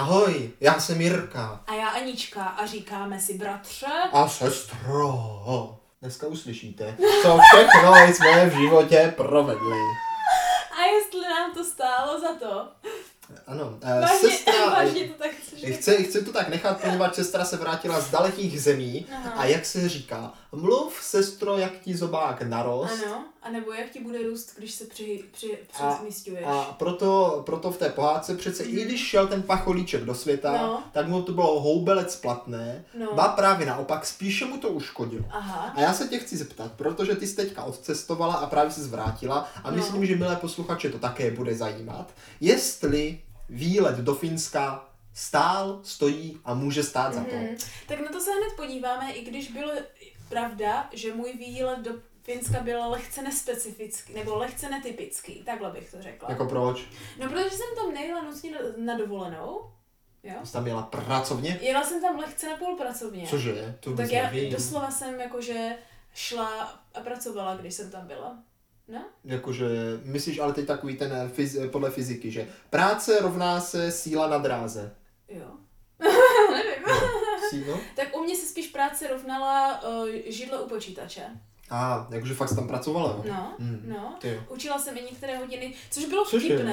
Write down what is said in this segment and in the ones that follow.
Ahoj, já jsem Jirka. A já Anička a říkáme si bratře. A sestro. Dneska uslyšíte, co všechno jsme v životě provedli. A jestli nám to stálo za to. Ano, Vážně to tak chceš. Chci to tak nechat, poněvadž sestra se vrátila z dalekých zemí. Aha. A jak se říká, mluv, sestro, jak ti zobák narost. Ano, anebo jak ti bude růst, když se přesmísťuješ. A proto v té pohádce přece i když šel ten pacholíček do světa, tak mu to bylo houbelec platné, ba právě naopak, spíše mu to uškodilo. Aha. A já se tě chci zeptat, protože ty jsi teďka odcestovala a právě se zvrátila a myslím, že milé posluchače to také bude zajímat, jestli výlet do Finska stojí a může stát za to. Tak na to se hned podíváme, i když bylo pravda, že můj výlet do Finska byl lehce nespecifický, nebo lehce netypický, takhle bych to řekla. Jako proč? No, protože jsem tam nejela nutně na dovolenou. Jo? Jsi tam jela pracovně? Jela jsem tam lehce napůl pracovně. Cože? To tak já doslova jsem jakože šla a pracovala, když jsem tam byla. No? Jakože, myslíš ale teď takový ten podle fyziky, že práce rovná se síla na dráze. Jo. Nevím. No? Tak u mě se spíš práce rovnala židle u počítače. Jakože fakt jsi tam pracovala, jo? No. Tyjo. Učila jsem i některé hodiny, což bylo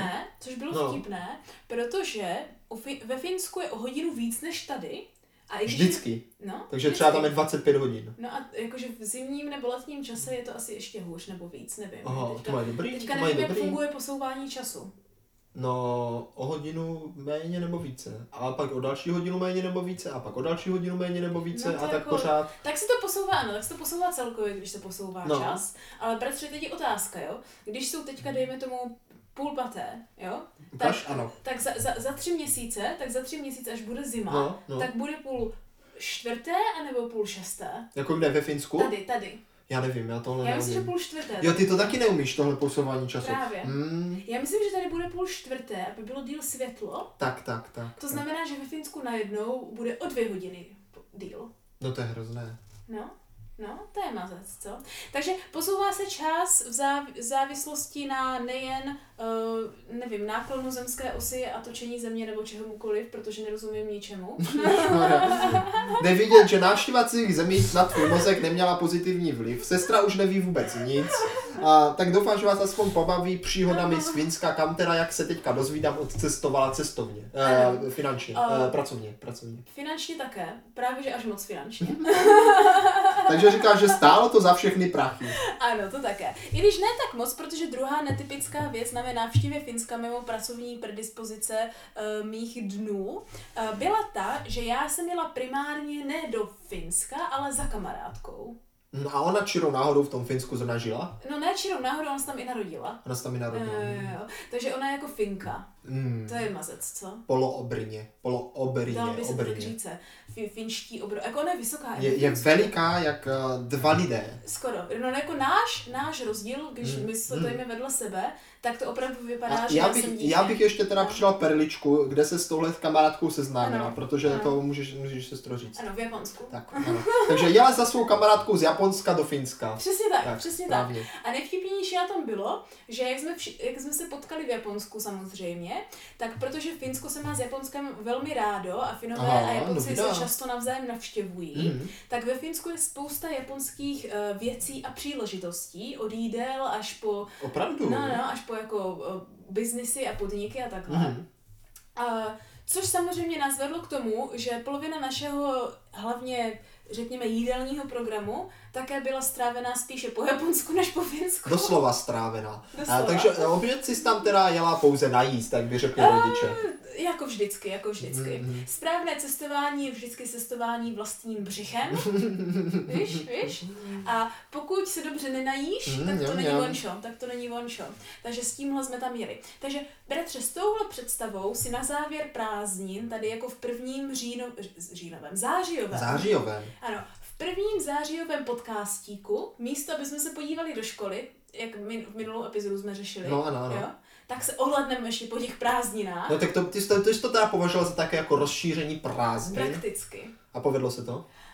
vtipné, protože ve Finsku je o hodinu víc než tady. A vždycky? No. Takže třeba tam je 25 hodin. No a jakože v zimním nebo letním čase je to asi ještě hůř nebo víc, nevím. Aha, to mají dobrý. Teďka nevím, jak funguje posouvání času. No, o hodinu méně nebo více. A pak o další hodinu méně nebo více. A pak o další hodinu méně nebo více. A tak jako, pořád. Tak se to posouvá, celkově, když se posouvá čas. Ale bratře, teď je otázka, jo. Když jsou teďka, dejme tomu, 5:30, jo? Tak za 3 měsíce, až bude zima, tak bude 5:45 anebo 5:30. Jako kde, ve Finsku? Tady. Já nevím, já tohle neumím. Já myslím, že 5:45. Jo, ty to taky neumíš, tohle posouvání času. Právě. Já myslím, že tady bude 5:45, aby bylo díl světlo. Tak. To znamená, že ve Finsku najednou bude o 2 hodiny díl. No to je hrozné. No, to je mazec, co? Takže posouvá se čas v závislosti na nejen, náklonu zemské osy a točení země nebo čehomukoliv, protože nerozumím ničemu. Jde vidět, že návštěva cizích zemí na tvůj mozek neměla pozitivní vliv. Sestra už neví vůbec nic. Tak doufám, že vás aspoň pobaví příhodami z Finska, kam teda, jak se teďka dozvídám, odcestovala cestovně. Finančně, pracovně. Finančně také, právě že až moc finančně. Takže říkáš, že stálo to za všechny prachy. Ano, to také. I když ne tak moc, protože druhá netypická věc na mé návštěvě Finska mimo pracovní predispozice mých dnů byla ta, že já jsem jela primárně ne do Finska, ale za kamarádkou. A ona čirou náhodou v tom Finsku zrovna žila? No ne čirou náhodou, ona se tam i narodila. Jo. Takže ona je jako Finka. To je mazec, co? Poloobrině. Dalo by se to tak říct. Finští obrov. Jako ona je vysoká. Je veliká jak 2 lidé. Skoro. No jako náš rozdíl, když my stojíme vedle sebe, tak to opravdu vypadá, že já bych ještě teda přidal perličku, kde se s touhle kamarádkou seznámila, protože to můžeš sestro říct. Ano, v Japonsku. Tak, ano. Takže jela za svou kamarádkou z Japonska do Finska. Přesně tak. A nejvtipnější na tom bylo, že jak jsme se potkali v Japonsku samozřejmě, tak protože Finsko se má s Japonskem velmi rádo a Finové a Japonci se často navzájem navštěvují, tak ve Finsku je spousta japonských věcí a příležitostí, od jídel až po... Opravdu? Až po jako biznisy a podniky a takhle. Což samozřejmě nás vedlo k tomu, že polovina našeho hlavně, řekněme, jídelního programu také byla strávená spíše po Japonsku než po Finsku. Doslova strávená. Takže oběd si tam teda jela pouze najíst, tak by řekli rodiče. Jako vždycky. Správné cestování je vždycky cestování vlastním břichem. Víš? A pokud se dobře nenajíš, tak to není vončo. Takže s tímhle jsme tam jeli. Takže bratře, s touhle představou si na závěr prázdnin, tady jako v prvním zářijovém. Ano, v prvním zářijovém podcastíku, místo, aby jsme se podívali do školy, jak v minulou epizodu jsme řešili, ano. Jo? Tak se ohledneme ještě po těch prázdninách. No tak ty jsi to teda považoval za také jako rozšíření prázdnin? Prakticky. A povedlo se to?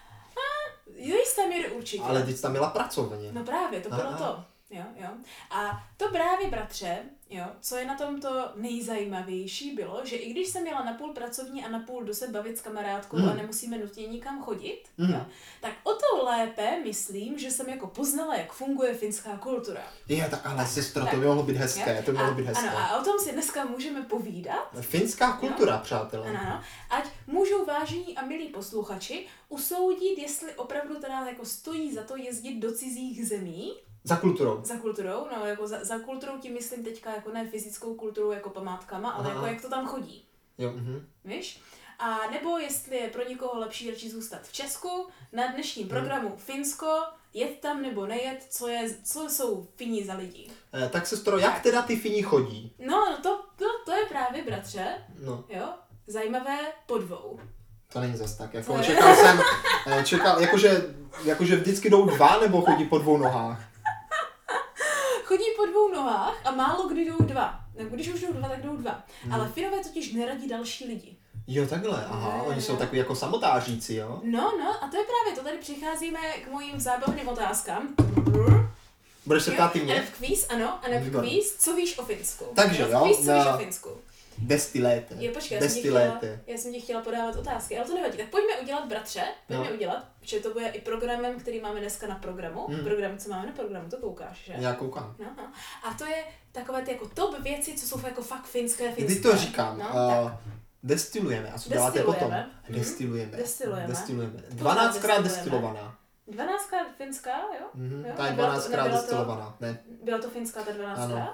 Jo, jistá míry určitě. Ale teď jsi tam měla pracovně. No právě, to bylo to. Jo. A to právě, bratře, jo, co je na tomto nejzajímavější bylo, že i když jsem jela napůl pracovní a napůl jdu se bavit s kamarádkou a nemusíme nutně nikam chodit, jo, tak o to lépe myslím, že jsem jako poznala, jak funguje finská kultura. Je, tak ale sestro, to by mohlo být hezké, to by mohlo být hezké. Ano, a o tom si dneska můžeme povídat. Finská kultura, přátelé. Ano, ať můžou vážení a milí posluchači usoudit, jestli opravdu teda jako stojí za to jezdit do cizích zemí. Za kulturou. Za kulturou, no jako za kulturou tím myslím teďka jako ne fyzickou kulturou jako památkama, ale jako jak to tam chodí. Jo, Víš? A nebo jestli je pro někoho lepší radši zůstat v Česku, na dnešním programu Finsko, jet tam nebo nejet, co jsou Fini za lidi. Tak sestro, jak teda ty Fini chodí? No, to je právě, bratře, No. jo, zajímavé po dvou. To není zas tak, jako čekal, jakože vždycky jdou dva, nebo chodí po dvou nohách? Chodí po dvou nohách a málo kdy jdou dva. Nebo když už jdou dva, tak jdou dva. Ale Finové totiž neradí další lidi. Jo, takhle, aha, oni jsou takový jako samotáříci, jo? No, a to je právě to, tady přicházíme k mojím zábavným otázkám. Budeš se ptát ty mě? Aneb kvíz, ano, aneb kvíz, co víš o Finsku? Takže jo, Kvíz, co víš o Finsku? Destiléte. Jo, počkej, já jsem ti chtěla podávat otázky, ale to nevadí. Tak pojďme udělat, bratře, že to bude i programem, který máme dneska na programu. Program, co máme na programu, to koukáš, že? Já koukám. No. A to je takové ty jako top věci, co jsou jako fakt finské. Když to říkám, destilujeme. A co děláte potom? Destilujeme. 12krát destilovaná. 12krát finská, jo? Ta je 12krát destilovaná, ne? Byla to finská ta 12krát?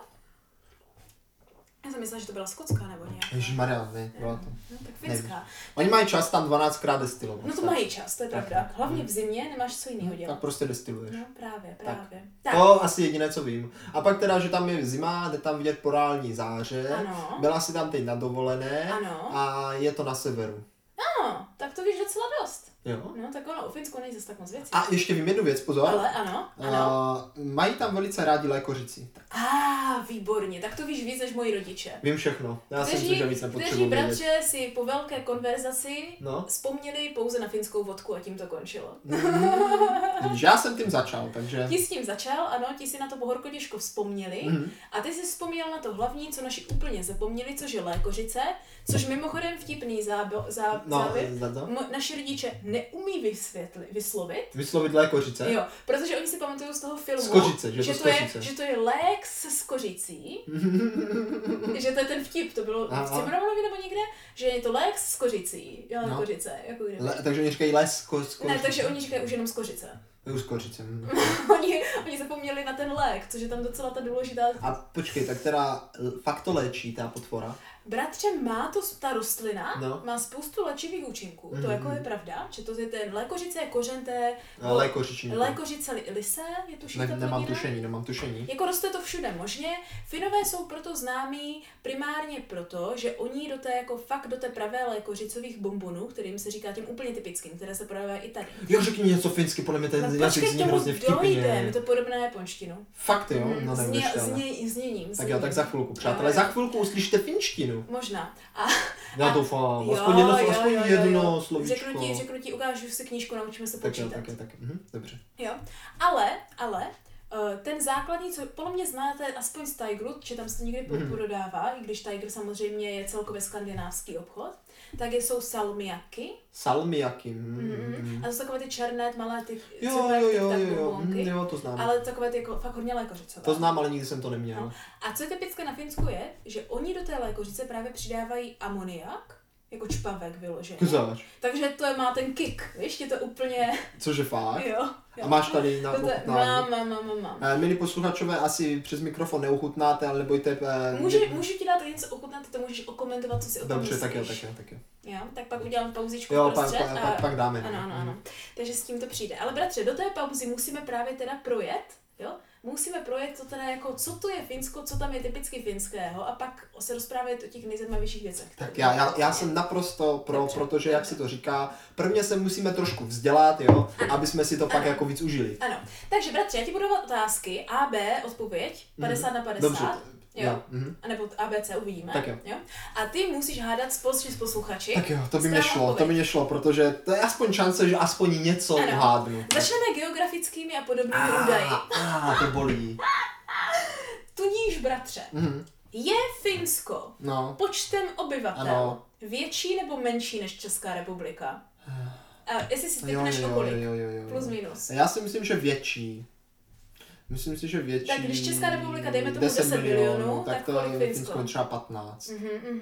Já jsem myslela, že to byla skotská nebo nějaká. Ježišmarja, ne, byla to. No, tak finská. Oni mají čas tam 12krát destilovat. No to mají čas, to je pravda. Hlavně v zimě nemáš co jiného dělat. Tak prostě destiluješ. No právě. Tak. To asi jediné, co vím. A pak teda, že tam je zima, jde tam vidět polární záře. Ano. Byla si tam teď na dovolené. Ano. A je to na severu. No, tak to víš docela dost. Jo. No, tak ono, o Finsku není zase tak moc věcí. A ještě vím jednu věc, pozor. Ale ano. Mají tam velice rádi lékořici. Výborně, tak to víš víc než moji rodiče. Vím všechno. Já si myslím, že víc nepotřebuji vědět. Bratře si po velké konverzaci vzpomněli pouze na finskou vodku a tím to končilo. Já jsem tím začal, takže... Ti s tím začal, ano, ti si na to pohorko těžko vzpomněli a ty si vzpomněl na to hlavní, co naši úplně zapomněli, což je lékořice, což mimochodem vtipný závěr. Naši rodiče neumí vyslovit. Vyslovit lékořice? Jo, protože oni si pamatují z toho filmu, skořice, že to je lék se skořicí, že to je ten vtip, to bylo v Cimrmanovi nebo někde, že je to lék s kořicí, jo, kořice, jako kdyby. Takže oni říkají les kořice. Ne, takže oni říkají už jenom z kořice. Už kořice. Oni zapomněli na ten lék, což je tam docela ta důležitá... A počkej, tak teda fakt to léčí, ta potvora? Bratře, ta rostlina má spoustu léčivých účinků, to jako je pravda, že to je ten lékořice je kořen té... Lékořice lise, je tuším ta Nemám tušení. Jako roste to všude možně. Finové jsou proto známí primárně proto, že oni do té pravé lékořicových bombonů, kterým se říká těm úplně typickým, které se prodávají i tady. Jo, řekni něco finsky, podle mě ten jazyk zní hrozně vtipně. Je to podobné na japonštinu. Fakt jo? No tak zněním. Tak jo, tak za chvilku, přátelé, za chvilku uslyšte finštinu. Možná. Já doufám, aspoň jedno slovíčko. Řeknu ti, ukážu si knížku, naučíme se počítat. Tak. Dobře. Jo, ale ten základní, co podle mě znáte aspoň z Tigru, že tam se to někdy pododává, i když Tiger samozřejmě je celkově skandinávský obchod, tak jsou salmiaky. Salmiaky. A to jsou takové ty černé, malé ty bombonky. Jo, to znám. Ale takové ty jako fakt hodně lékořicové. To znám, ale nikdy jsem to neměl. No. A co je typické na Finsku je, že oni do té lékořice právě přidávají amoniak, jako čpavek vyložený. Kuzáč. Takže to má ten kick, víš, je to úplně... Cože fakt? Jo. A máš tady na ochutnání? Mám. Milí posluchačové, asi přes mikrofon neuchutnáte, ale nebojte... Můžu ti dát něco ochutnat, ty to můžeš okomentovat, co si o tom myslíš. Dobře, tak jo. Jo, tak pak udělám pauzičku prostřed. Pak dáme. Ano. Takže s tím to přijde. Ale bratře, do té pauzy musíme právě teda projet, jo? Musíme projet to teda jako, co to je Finsko, co tam je typicky finského a pak se rozprávět o těch nejzajímavějších věcech. Tak já jsem naprosto protože jak si to říká, prvně se musíme trošku vzdělat, jo, aby jsme si to pak jako víc užili. Ano, takže bratře, já ti budu dávat otázky, A, B, odpověď, 50/50. Dobře. Jo. A nebo ABC uvidíme. Tak jo. A ty musíš hádat společně s posluchači. Tak jo, to by mě šlo, protože to je aspoň šance, že aspoň něco uhádnu. Začneme geografickými a podobnými údaji. To bolí. Tudíž, bratře, Je Finsko počtem obyvatel větší nebo menší než Česká republika? A jestli si typneš okolik? Plus minus. Já si myslím, že větší. Myslím si, že větší. Tak když Česká republika, dejme tomu 10 milionů, tak kolik Finsko je třeba 15.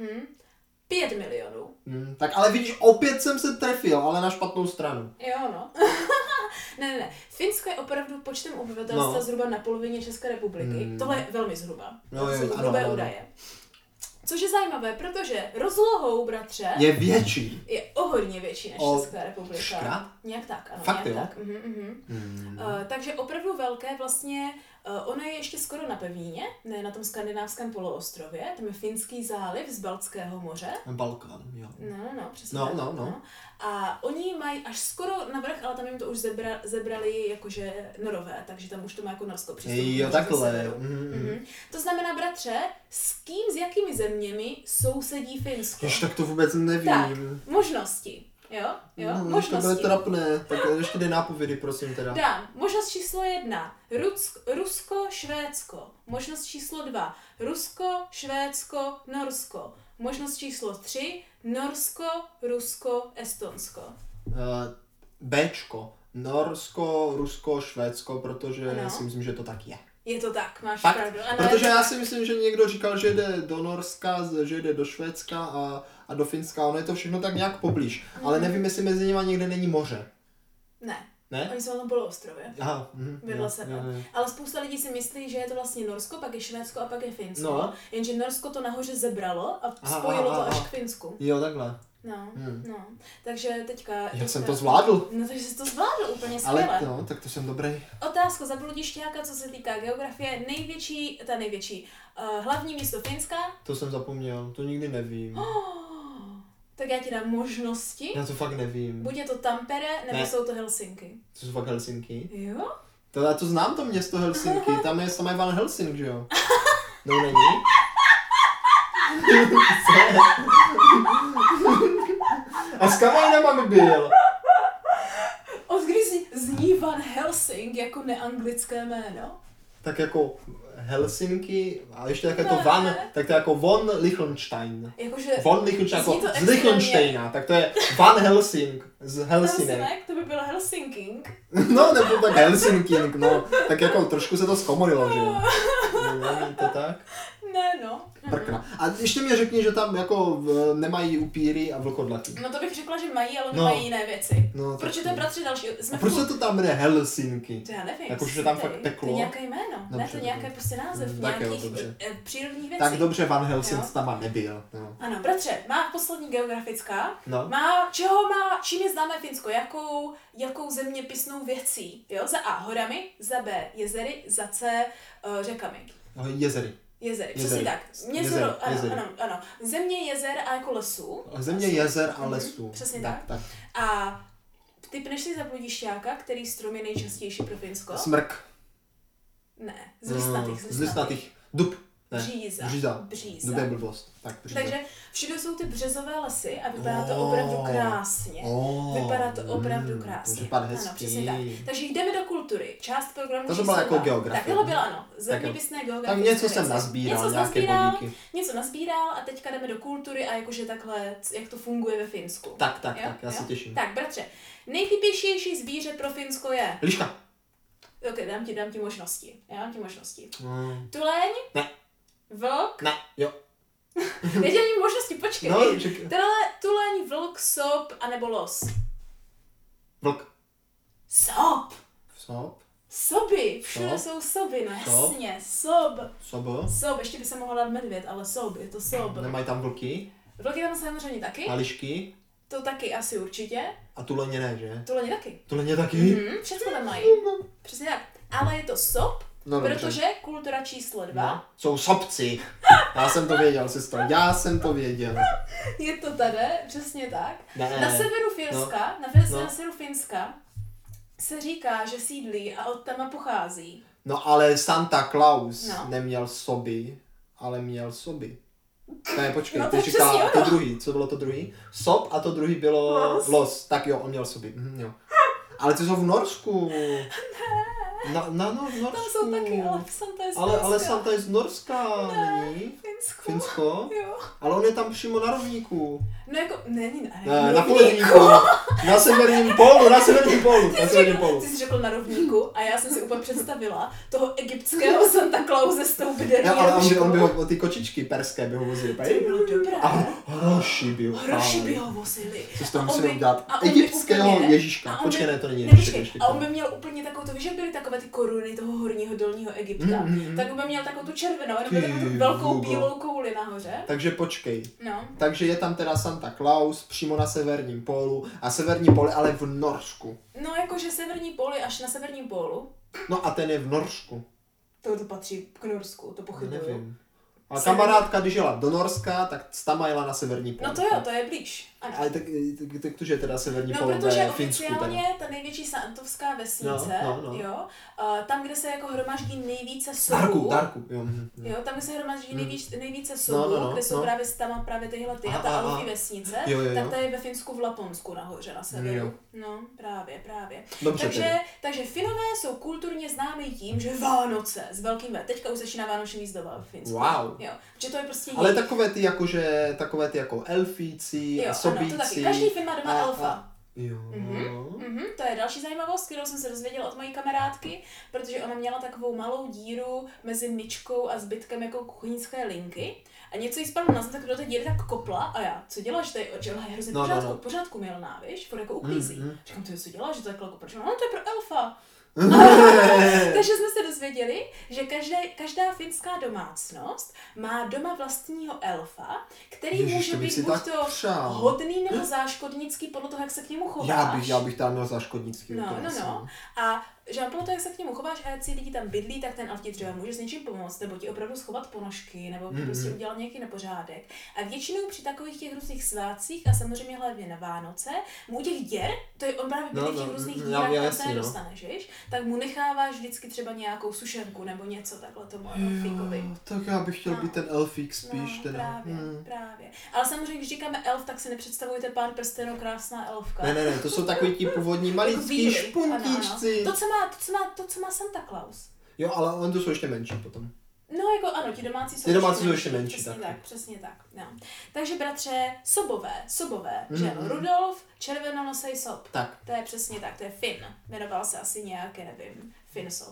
5 milionů. Tak ale vidíš, opět jsem se trefil, ale na špatnou stranu. Jo, no. Ne. Finsko je opravdu počtem obyvatelstva zhruba na polovině České republiky. Tohle je velmi zhruba. To jsou hrubé údaje. Což je zajímavé, protože rozlohou, bratře, je větší. Je o hodně větší než Česká republika. Škrát? Nějak tak, ano. Fakt nějak tak. Takže opravdu velké vlastně, ono je ještě skoro na pevnině, ne na tom skandinávském poloostrově, tam je Finský záliv z Baltského moře. Balkán, jo. No, přesně tak. No. A oni mají až skoro na vrch, ale tam jim to už zebrali jakože Norové, takže tam už to má jako Norsko přístup. Jo, takhle. To znamená, bratře, s jakými zeměmi sousedí Finsko? Jež, tak to vůbec nevím. Tak, možnosti. Jo, možnosti. To bude trapné, tak ještě dej nápovědy, prosím teda. Dám. Možnost číslo 1. Rusko, Švédsko. Možnost číslo 2. Rusko, Švédsko, Norsko. Možnost číslo 3. Norsko, Rusko, Estonsko. Bčko. Norsko, Rusko, Švédsko, protože si myslím, že to tak je. Je to tak, máš pravdu. Protože já si myslím, že někdo říkal, že jde do Norska, že jde do Švédska a do Finska. Ono je to všechno tak nějak poblíž. Ale nevím, jestli mezi nimi někde není moře. Ne? Oni jsou na tom poloostrově. Aha. Vedle sebe. Ale spousta lidí si myslí, že je to vlastně Norsko, pak je Švédsko a pak je Finsko. Jenže Norsko to nahoře zebralo a spojilo to až k Finsku. Jo, takhle. No. Takže teďka... Já jsem to zvládl. No, takže jsi to zvládl úplně skvěle. Ale tak to jsem dobrý. Otázka za bludišťáka, co se týká geografie. Největší, hlavní město Finska. To jsem zapomněl, to nikdy nevím. Tak já ti dám možnosti. Já to fakt nevím. Buď je to Tampere, nebo jsou to Helsinky. To jsou fakt Helsinky? Jo? Já to znám, to město Helsinky. Tam je samý Van Helsing, že jo? No není? A s kamajnama byl. Od kdy zní Van Helsing jako neanglické jméno? Tak jako Helsinki a ještě jak je to Van, tak to je jako von Liechtenstein. Jakože von Liechtenstein, jako z Liechtensteina, tak to je Van Helsing, z Helsinek. To by byl Helsinking. No, nebo tak Helsinking, no. Tak jako trošku se to zkomolilo, že jo. Není to tak? Ne, no. Prkna. A ještě mi řekni, že tam jako nemají upíry a vlkodlaky. No to bych řekla, že mají, ale mají jiné věci. No, proč je to bratře další? A proč se to tam jde Helsinky? To já nevím. Jakože tam fakt peklo. To je nějaké jméno, dobře, ne? To je nějaké prostě název nějakých přírodních věcí. Tak dobře, Van Helsing tam nebyl. No. Ano, bratře, má poslední geografická. No. Čím je známé Finsko? Jakou zeměpisnou věcí? Jo? Za A horami, za B jezery, za C řekami. Jezery, přesně tak. Ano. Země, jezer a jako lesů. Země, jezer a lesů. Přesně tak. A typneš si za bludišťáka, který strom je nejčastější pro Finsko? Smrk. Ne, z listnatých. Dub. Bříza. Dub je blbost. Takže všude jsou ty březové lesy a vypadá to opravdu krásně. Ano, přesně tak. Takže jdeme do kultury. Část programu to byla jako geografie. Tak tohle byla, ano. Zeměpisné geografie. Tak něco jsem nazbíral, nějaké bodíky. Něco nazbíral a teďka jdeme do kultury a jakože takhle, jak to funguje ve Finsku. Tak, já se těším. Tak, bratře, nejtypičtější zvíře pro Finsko je? Liška. Ok, dám ti možnosti. Tuleň? Ne. Vlk? Ne, jo. Já ti možnosti, počkej. No, tuleň, vlk, sob, anebo los. Vlk. Sob. Soby, všude sob. jsou soby, no jasně, sob. Sob, ještě by se mohla dát medvěd, ale sob, je to sob. Nemají tam vlky? Vlky tam samozřejmě taky. A lišky? To taky asi určitě. A tuleně ne, že? Tuleně taky? Všechno tam mají. Přesně tak. Ale je to sob, protože kultura číslo 2. No, jsou sobci. Já jsem to věděl, sestro. Je to tady, přesně tak. Ne. Na severu Finska, na severu Finska se říká, že sídlí a od tam pochází. No ale Santa Claus neměl soby, ale měl soby. Ne, počkej, ty říkala to druhý. Co bylo to druhý? Sob a to druhý bylo los. Tak jo, on měl soby. Jo. Ale ty jsou v Norsku. Na Norsku. Tam jsou taky, ale Santa je z ale Santa je z Norska, není? Finsko? Jo. Ale on je tam přímo na rovníku. No jako, není na poledníku. Na severním pólu. Ty jsi řekl na rovníku a já jsem si úplně představila toho egyptského Santa Clause s tou biderní. Ale on by ho, ty kočičky perské by ho vozili. To bylo dobré. A hroši by ho vozili. Co jsi to musel udělat? Egyptského Ježíška. Počkej, ne, to není Ježíšek. A on by měl úplně takovou, to víš, jak byly takové ty koruny toho horního dolního Egypta. Tak on by měl takovou tu červenou, nebo takovou tu velkou bílou kouli nahoře. Takže počkej. No. Takže je tam teda Santa Claus přímo na severním pólu a severní pól ale v Norsku. No jakože severní pól je až na severním pólu. No a ten je v Norsku. To patří k Norsku, to pochybuju. Nevím. A kamarádka, když jela do Norska, tak tam jela na severní pól. No to jo, to je blíž. Ano. Ale tak to je teda severní pól protože ve Finsku. No, protože oficiálně ta největší santovská vesnice, jo, tam, kde se jako hromaždí nejvíce sobů. Darku, jo. Jo, tam, kde se hromaždí nejvíce sobů, kde jsou právě tam právě tyhle ty a ta Alfí vesnice, tak ta je ve Finsku v Laponsku nahoře na severu. No, právě. Dobře, takže Finové jsou kulturně známí tím, že Vánoce s velkým V. Teďka už začíná vánoční výzdoba v Finsku. Wow. Jo, že to je prostě ale takové ty jako elfíci a sobíci. Ano, to taky. Každý Fin má doma elfa. Jo. To je další zajímavost, kterou jsem se dozvěděla od mojí kamarádky, protože ona měla takovou malou díru mezi myčkou a zbytkem jako kuchyňské linky. A něco jí spadlo na zem, tak do té díry tak kopla a já, co děláš tady? Že ona je hrozně pořádku milná, víš, furt jako uklízí. Říkám, to je, co děláš, že to takhle kopač? No, to je pro elfa. Takže jsme se dozvěděli, že každá finská domácnost má doma vlastního elfa, který může být buď to hodný nebo záškodnický podle toho, jak se k němu chováš. Já bych tam měl záškodnický. No. A že podle toho, jak se k němu chováš a jak si lidi tam bydlí, tak ten elf ti třeba může s něčím pomoct, nebo ti opravdu schovat ponožky, nebo prostě udělat nějaký nepořádek. A většinou při takových těch různých svátcích a samozřejmě hlavně na Vánoce, mu těch děr, to je on právě bydlí v těch různých dírách, tam se nedostaneš, víš? Tak mu necháváš vždycky třeba nějakou sušenku nebo něco takhle tomu elfíkovi. Tak já bych chtěl být ten elfík spíš. Právě. Ale samozřejmě, když říkáme elf, tak si nepředstavujete Pán prstenů, krásná elfka. Ne, to jsou takový ti původní maličký špuntíčci. To, co má Santa Claus. Jo, ale on to jsou ještě menší potom. No, jako ano, ti domácí jsou ještě menší. Přesně tak. No. Takže bratře, sobové, že Rudolf, červenonosej sob. Tak. To je přesně tak, to je Finn. Jmenoval se asi nějaké, nevím, Finn sob.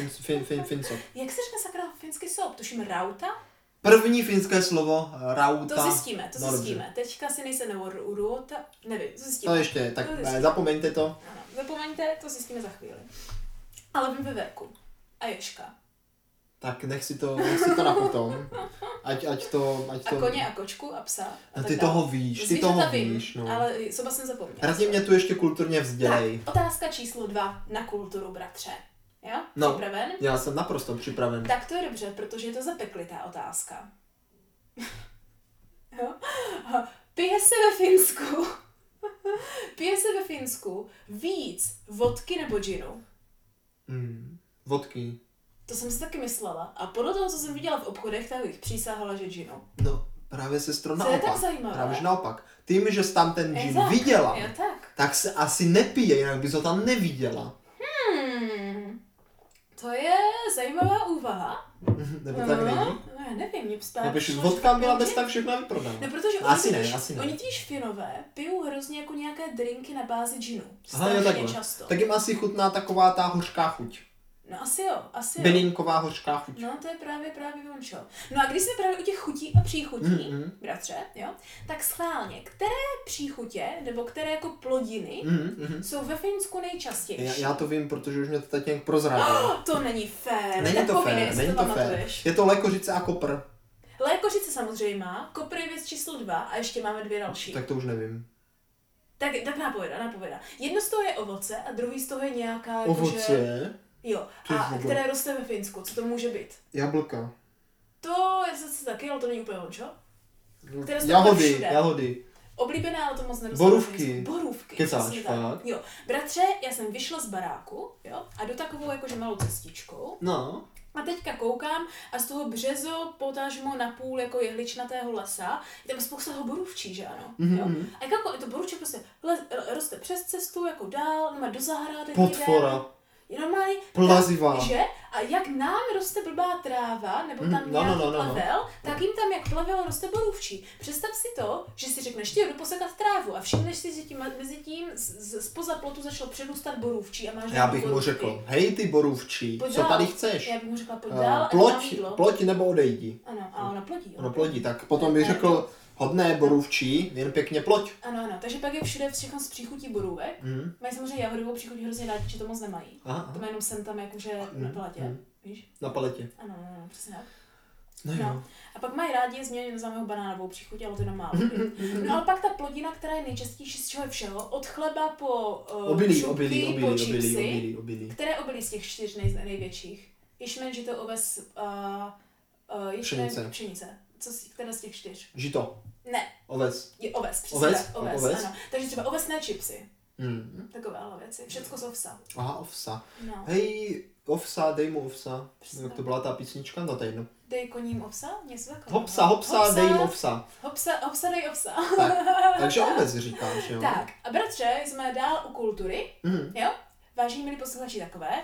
Fin sob. Jak se říká sakra finský sob? Tuším rauta? První finské slovo, rauta. To zjistíme. Teďka si nejsem ruota, nevím, to zjistíme. No ještě, tak zapomeňte to. Ano, zapomeňte, to zjistíme za chvíli. Ale vím veverku. A Ježka. Tak nech si to na potom. Ať to... A koně a kočku a psa. A ty toho víš, no. Ale soba jsem zapomněla. Raději mě tu ještě kulturně vzdělej. Tak, otázka číslo 2 na kulturu, bratře. Jo? No, připraven? Já jsem naprosto připraven. Tak to je dobře, protože je to zapeklitá otázka. Jo? Pije se ve Finsku víc vodky nebo džinu? Vodky. To jsem si taky myslela. A podle toho, co jsem viděla v obchodech, tak bych přísahala, že džinu. No, právě sestro naopak. To je tak zajímavé. Právě naopak. Tím, že jsi tam ten džin viděla, tak se asi nepije, jinak bys ho tam neviděla. To je zajímavá úvaha. Nebo tak není? Já nevím, mě spáš. Nebo vodka byla bez tak všechno vyprodána. No, protože asi ne. Oni totiž Finové pijou hrozně jako nějaké drinky na bázi džinu. Strašně často. Tak jim asi chutná taková ta hořká chuť. No asi jo. Beninková hořká chuť. No to je právě vončo. No a když jsme právě u těch chutí a příchutí, bratře, jo, tak schválně, které příchutě, nebo které jako plodiny jsou ve Finsku nejčastější? Já to vím, protože už mě to teď nějak prozradil. To není fér. Není to fér. Je to lékořice a kopr. Lékořice samozřejmě má, kopr je věc číslo 2 a ještě máme 2 další. Tak to už nevím. Tak napověda. Jedno z toho je ovoce a druhý z toho je nějaká... Ovoce? Jo, a které roste ve Finsku, co to může být? Jablka. To je zase taky, ale to není úplně vončo. Jahody. Oblíbené, ale to moc neroste. Borůvky. Kecáš, fakt? Jo. Bratře, já jsem vyšla z baráku, jo, a jdu takovou jakože malou cestičkou. No. A teďka koukám a z toho březo potažmo napůl jako jehličnatého lesa, je tam spousta toho borůvčí, že ano? Jo? A jako to borůvčí prostě roste přes cestu, jako dál, má do zahrádek. Potvora. Je normálně... Plazivá. Že? A jak nám roste blbá tráva, nebo tam nějaký plevel, tak jim tam jak plevel roste borůvčí. Představ si to, že si řekneš, ty jdu posekat trávu a všimneš si, že mezi tím spoza plotu začalo přerůstat borůvčí a máš Já bych mu řekl, hej ty borůvčí, co tady chceš? Já bych mu řekla, pojď dál a ploď nebo odejdi. Ano, a ona plodí. Ona plodí, tak potom bych řekl, hodné borůvčí, jen pěkně ploď. Ano, takže pak je všude všechno z příchutí borůvek. Mají samozřejmě jahodovou příchuť hrozně rádi, že to moc nemají. To má jenom sem tam jakože na paletě, víš? Na paletě. Ano, přesně tak. No. A pak mají rádi změnit za mého banánovou příchuť, ale to je málo. No ale pak ta plodina, která je nejčastější z čeho je všeho, od chleba po obilí, po chipsy, které obilí z těch 4 největších? Ješmen, žito, oves, pšenice. Která z těch 4? Žito. Ne. Oves. Je oves, přesně oves. Ano. Takže třeba ovesné chipsy. Takovéhle věci. Všecko z ovsa. Aha, ovsa. No. Hej, ovsa, dej mu ovsa. Jak to byla ta písnička? No to je jedno. Dej koním ovsa? Něco takového. Hopsa, dej jim ovsa. Hopsa, dej ovsa. Takže oves říkáš, jo. Tak, a bratře, jsme dál u kultury, jo? Vážení milí posluchači, takové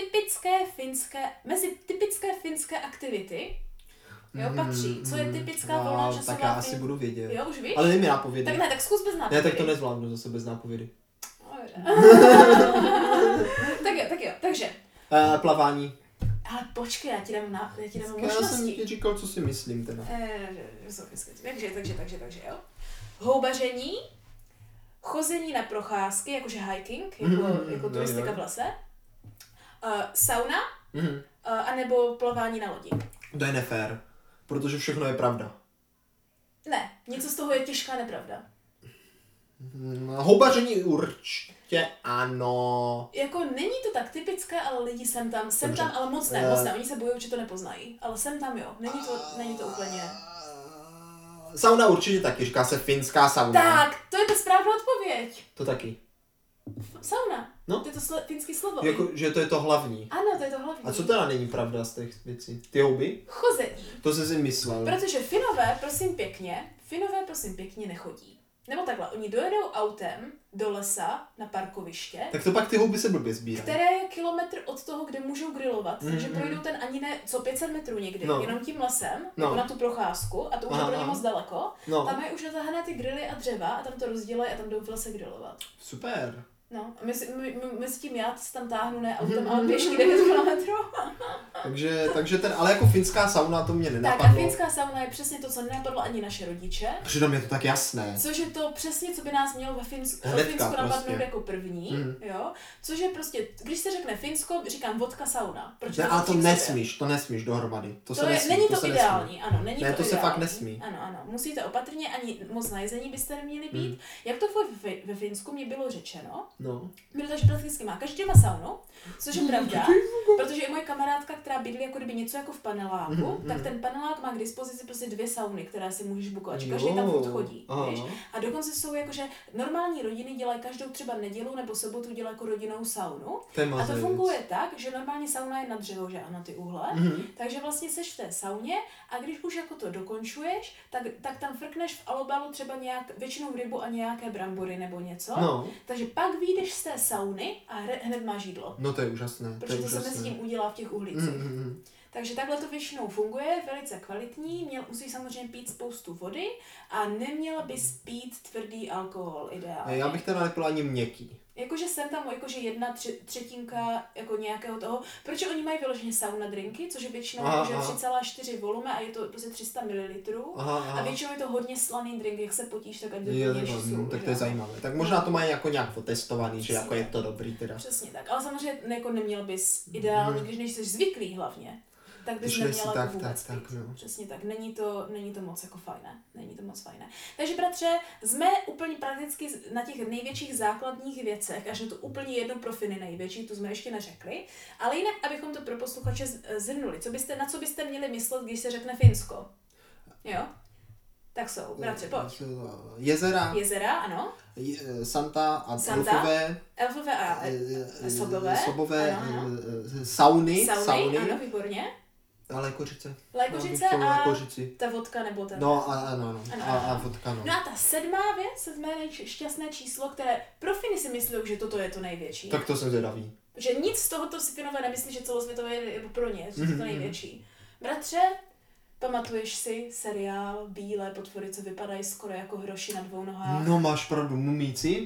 mezi typické finské aktivity, jo, patří, co je typická volná časová. Tak já asi budu vědět. Jo, už víš? Ale dej mi nápovědy. Tak ne, tak zkus bez nápovědy. Ne, tak to nezvládnu zase bez nápovědy. tak jo, takže. Plavání. Ale počkej, já ti dám možnosti. Já jsem ti říkal, co si myslím teda. Takže jo. Houbaření, chození na procházky, jakože hiking, jako turistika v lese, sauna, anebo plavání na lodi. To je nefér, protože všechno je pravda. Ne, něco z toho je těžká nepravda. Houbaření určitě ano. Jako není to tak typické, ale lidi sem tam, ale moc ne, oni se bojí, že to nepoznají, ale sem tam jo, není to úplně... Sauna určitě taky, říká se finská sauna. Tak, to je ta správná odpověď. To taky. Sauna. No? To je to finský slovo. Jako, že to je to hlavní. Ano, to je to hlavní. A co teda není pravda z těch věcí? Ty houby? Chození. To jsi si myslel. Protože Finové, prosím pěkně, nechodí. Nebo takhle, oni dojedou autem do lesa na parkoviště. Tak to pak ty houby se blbě sbírají. Které je kilometr od toho, kde můžou grilovat. Takže projdou ten ani ne, co 500 metrů někdy, jenom tím lesem, jako na tu procházku, a to už je pro ně moc daleko. Tam je už natahané ty grily a dřeva a tam to rozdělají a tam jdou v lese grilovat. Super. No, a my s tím já tam táhnu ne autem, ale pěšky 9 kilometrů. takže ale jako finská sauna to mě nenapadlo. Tak a finská sauna je přesně to, co nenapadlo ani naše rodiče. Přitom je to tak jasné. Což je to přesně, co by nás mělo ve Finsku napadnout prostě jako první, jo. Což je prostě, když se řekne Finsko, říkám vodka sauna. Ne, ale to nesmíš dohromady. Není to ideální, ano, není to to ideální. se fakt nesmí. Ano, musíte opatrně, ani moc na jezení byste neměli být. Jak to ve Finsku mě bylo řečeno, protože prakticky má každý má saunu, což je pravda, protože i moje kamarádka, která bydlí jako kdyby něco jako v paneláku, tak ten panelák má k dispozici prostě 2 sauny, které si můžeš bukovat, že každý tam furt chodí, víš? A dokonce jsou jakože normální rodiny dělají každou třeba nedělu nebo sobotu dělají jako rodinnou saunu. A to funguje tak, že normálně sauna je na dřevo, že ano, ty uhle, takže vlastně seš v té sauně a když už jako to dokončuješ, tak tam frkneš v alobalu třeba většinou rybu a nějaké brambory nebo něco, takže pak vyjdeš z té sauny a hned máš jídlo. No to je úžasné. Protože to se mezi tím udělá v těch uhlicích. Takže takhle to většinou funguje, velice kvalitní, musí samozřejmě pít spoustu vody a neměla bys pít tvrdý alkohol ideálně. Já bych teda nepil ani měkký. Jakože jsem tam jakože 1/3 jako nějakého toho, protože oni mají vyloženě sauna drinky, což je většinou 3,4 volume a je to prostě 300 ml. A většinou je to hodně slaný drink, jak se potíš, tak ať doplníš tak to je zajímavé. Tak možná to mají jako nějak otestovaný, že jako je to dobrý teda. Přesně tak, ale samozřejmě jako neměl bys ideálně, když nejsi zvyklý hlavně. Tak bys neměla jako vůbec pít. Přesně tak, není to moc jako fajné, není to moc fajné. Takže bratře, jsme úplně prakticky na těch největších základních věcech, až je to úplně jedno pro Finy největší, tu jsme ještě neřekli, ale jinak, abychom to pro posluchače zhrnuli, na co byste měli myslet, když se řekne Finsko? Jo? Tak jsou, bratře, pojď. Jezera, ano. Santa a elfové a sobové, sauny, ano, výborně. A lékořice. Lékořice a ta vodka nebo ten... No, ano. A vodka, no. No a ta 7. věc, 7. šťastné číslo, které pro Finy si myslí, že toto je to největší. Tak to jsem zvědavý. Že nic z tohoto si Finové nemyslí, že celosvětové je pro ně, že to největší. Bratře, pamatuješ si seriál Bílé potvory, co vypadají skoro jako hroši na dvou nohách? No máš pravdu, mumíci.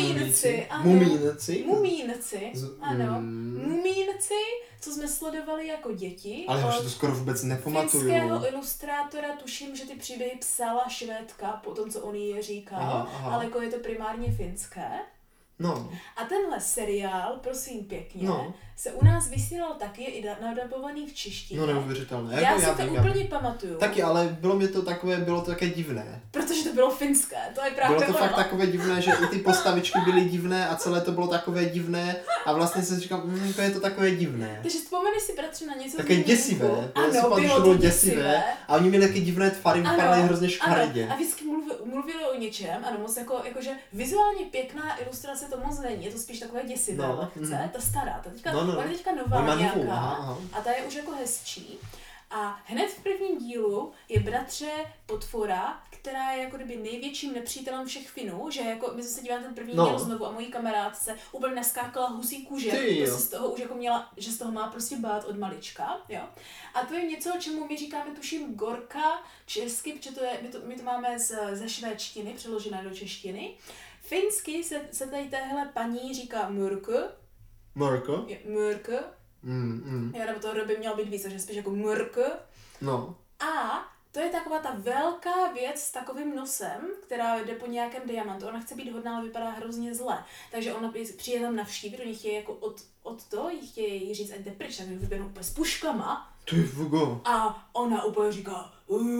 Mumínci, ano. Mumínci, co jsme sledovali jako děti. Ale já si to skoro vůbec nepamatuju. Finského ilustrátora, tuším, že ty příběhy psala Švédka, po tom, co on jí říkal, ale jako je to primárně finské. No. A tenhle seriál, prosím pěkně, se u nás vysílal taky, je i nadabovaný v češtině. No neuvěřitelné. Já si to úplně pamatuju. Taky, ale bylo to také divné. Protože to bylo finské, to je právě bylo to fakt takové divné, že i ty postavičky byly divné a celé to bylo takové divné a vlastně jsem si říkal, to je to takové divné. Takže vzpomeneš si, bratře, na něco také děsivé. Ano, bylo to děsivé. A oni měli taky divné tvary, vypadaly hrozně škaredě. A vždycky mluvili o něčem, ano, moc jakože vizuálně pěkná ilustrace to moc není, je to spíš takové děsivé lehce, ta stará, ta teďka, ona je teďka nová nějaká a ta je už jako hezčí. A hned v prvním dílu je bratře potvora, která je jako kdyby největším nepřítelem všech Finů, že jako my se díváme ten první díl znovu a mojí kamarádce úplně naskákala husí kůže, prostě z toho už jako měla, že z toho má prostě bát od malička, jo. A to je něco, čemu my říkáme tuším gorka česky, protože to je, my to máme ze švédštiny přeložené do češtiny. Finsky se tady téhle paní říká mörkö. Mörkö? Mörkö. Jo, nebo to by mělo být víc, že spíš jako mörkö. No. A to je taková ta velká věc s takovým nosem, která jde po nějakém diamantu. Ona chce být hodná, ale vypadá hrozně zle. Takže ona přijde tam navštívit, oni chtějí jako od toho, jí chtějí říct, ať jde pryč, tak vyběhnou úplně s puškama. A ona úplně říká